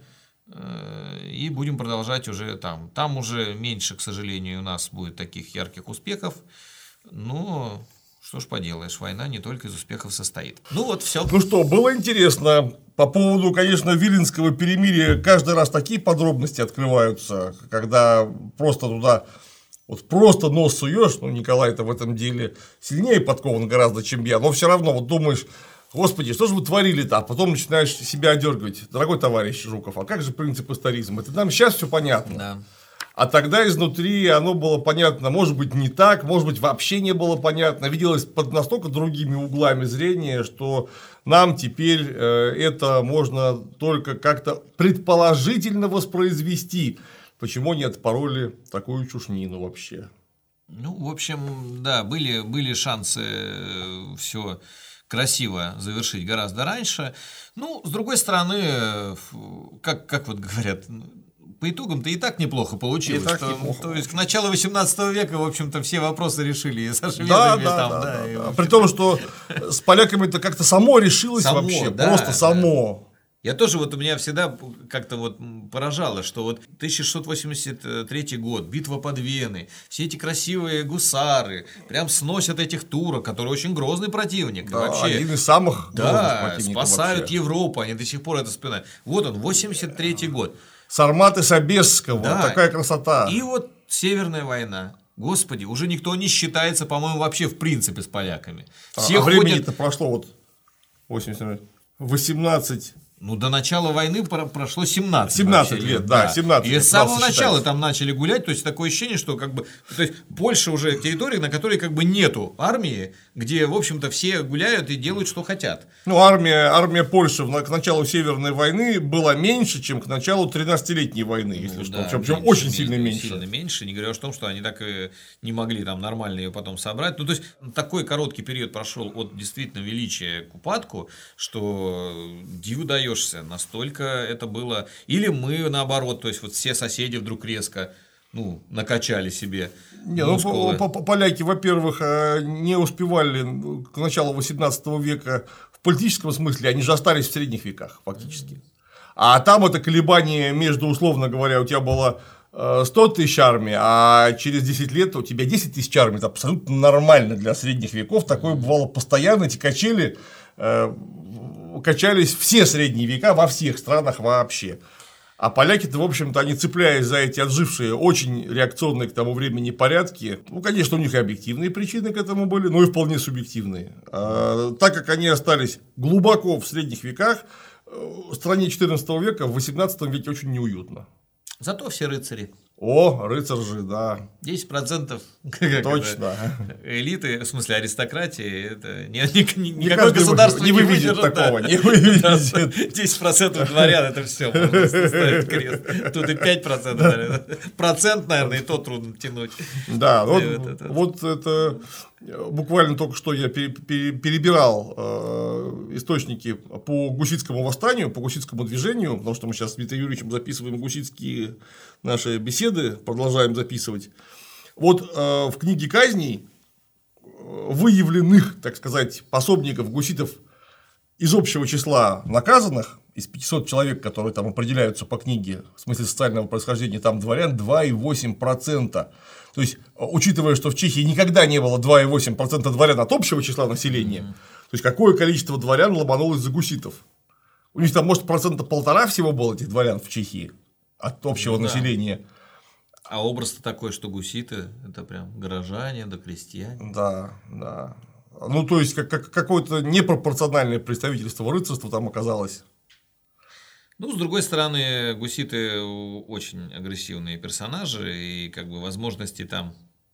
И будем продолжать уже там. Там уже меньше, к сожалению, у нас будет таких ярких успехов. Но что ж поделаешь, война не только из успехов состоит. Ну вот, все. Ну что, было интересно. По поводу, конечно, Виленского перемирия каждый раз такие подробности открываются, когда просто туда вот просто нос суешь. Ну, Николай-то в этом деле сильнее подкован гораздо, чем я. Но все равно вот думаешь: Господи, что же вы творили-то? А потом начинаешь себя одергивать. Дорогой товарищ Жуков, а как же принцип историзма? Это нам сейчас все понятно. Да. А тогда изнутри оно было понятно, может быть, не так, может быть, вообще не было понятно. Виделось под настолько другими углами зрения, что нам теперь это можно только как-то предположительно воспроизвести. Почему не отпороли такую чушнину вообще? Ну, в общем, да, были шансы все красиво завершить гораздо раньше. Ну, с другой стороны, как вот говорят, по итогам-то и так неплохо получилось. То есть к началу 18 века, в общем-то, все вопросы решили и со шведами. Да. При том, что с поляками это как-то само решилось вообще, да, просто само. Я тоже, вот у меня всегда как-то вот поражало, что вот 1683 год, битва под Веной, все эти красивые гусары прям сносят этих турок, которые очень грозный противник. Да, вообще, один из самых грозных противников спасают вообще. Европу, они до сих пор это вспоминают. Вот он, 83 год. Сарматы Собесского, Да. такая красота. И вот Северная война. Господи, уже никто не считается, по-моему, вообще в принципе с поляками. Все времени-то прошло вот 18. Ну, до начала войны прошло 17. 17 лет, да, 17 И лет. с самого начала там начали гулять, то есть такое ощущение, что как бы, то есть Польша уже территория, на которой как бы нету армии, где, в общем-то, все гуляют и делают, что хотят. Ну, армия Польши к началу Северной войны была меньше, чем к началу 13-летней войны, если что. Да, причем очень сильно меньше. Сильно меньше, не говоря о том, что они так и не могли там нормально ее потом собрать. Ну, то есть такой короткий период прошел от действительно величия к упадку, что диву даешься. Настолько это было. Или мы наоборот, то есть вот все соседи вдруг резко накачали себе мускулы. Поляки, во-первых, не успевали к началу 18 века в политическом смысле, они же остались в средних веках фактически. А там это колебание между, условно говоря, у тебя было 100 тысяч армий, а через 10 лет у тебя 10 тысяч армий. Это абсолютно нормально для средних веков. Такое бывало постоянно, эти качели качались все средние века во всех странах вообще. А поляки-то, в общем-то, они, цепляясь за эти отжившие, очень реакционные к тому времени порядки, конечно, у них и объективные причины к этому были, но и вполне субъективные. Так как они остались глубоко в средних веках, в стране 14 века в 18 веке очень неуютно. Зато все рыцари. О, рыцаржи, да. 10% Точно. Элиты, в смысле аристократии, это никакое каждый государство не выведет выдержит, такого, да. не выведет. 10% дворян, это все, можно ставить крест. Тут и 5%, наверное. Процент, наверное, и то трудно тянуть. Да, вот это буквально только что я перебирал источники по гуситскому восстанию, по гуситскому движению, потому что мы сейчас с Дмитрием Юрьевичем записываем гуситские наши беседы, продолжаем записывать. Вот в книге казней выявленных, так сказать, пособников гуситов из общего числа наказанных, из 500 человек, которые там определяются по книге, в смысле социального происхождения, там дворян 2,8%. То есть, учитывая, что в Чехии никогда не было 2,8% дворян от общего числа населения, то есть, какое количество дворян ломанулось за гуситов? У них там, может, 1,5% всего было этих дворян в Чехии от общего населения. А образ-то такой, что гуситы – это прям горожане, да крестьяне. Да, да. Ну, то есть, какое-то непропорциональное представительство рыцарства там оказалось. Ну, с другой стороны, гуситы очень агрессивные персонажи, и как бы возможностей там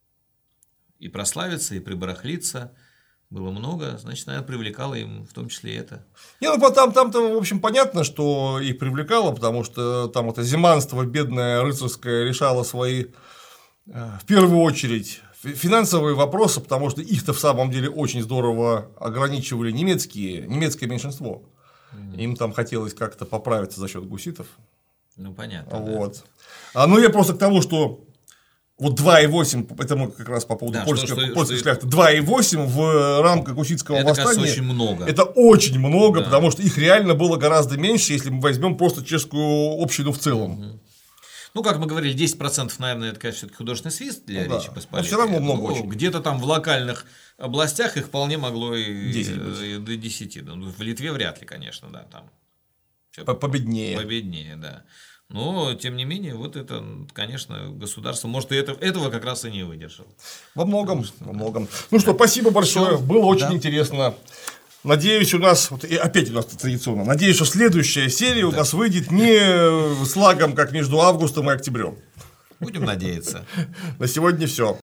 и прославиться, и прибарахлиться было много, значит, наверное, привлекало им в том числе и это. Не, ну там-то, в общем, понятно, что их привлекало, потому что там это зиманство бедное рыцарское решало свои, в первую очередь, финансовые вопросы, потому что их-то в самом деле очень здорово ограничивали немецкое меньшинство. Им там хотелось как-то поправиться за счет гуситов. Ну, понятно. Вот. Да. Ну, я просто к тому, что вот 2,8, это мы как раз по поводу польской шляхты, 2,8 в рамках гуситского восстания. Это очень много. Это очень много, да. Потому что их реально было гораздо меньше, если мы возьмем просто чешскую общину в целом. Ну, как мы говорили, 10%, наверное, это, конечно, все-таки художественный свист для Речи Посполитой. Но все равно много очень. Где-то там в локальных областях их вполне могло и до 10. Ну, в Литве вряд ли, конечно, да. Там победнее. Победнее, да. Но, тем не менее, вот это, конечно, государство, может, и этого как раз и не выдержало. Во многом. Ну что, спасибо большое, было очень интересно. Надеюсь, у нас, вот, и опять у нас традиционно, надеюсь, что следующая серия у нас выйдет не с лагом, как между августом и октябрем. Будем надеяться. На сегодня все.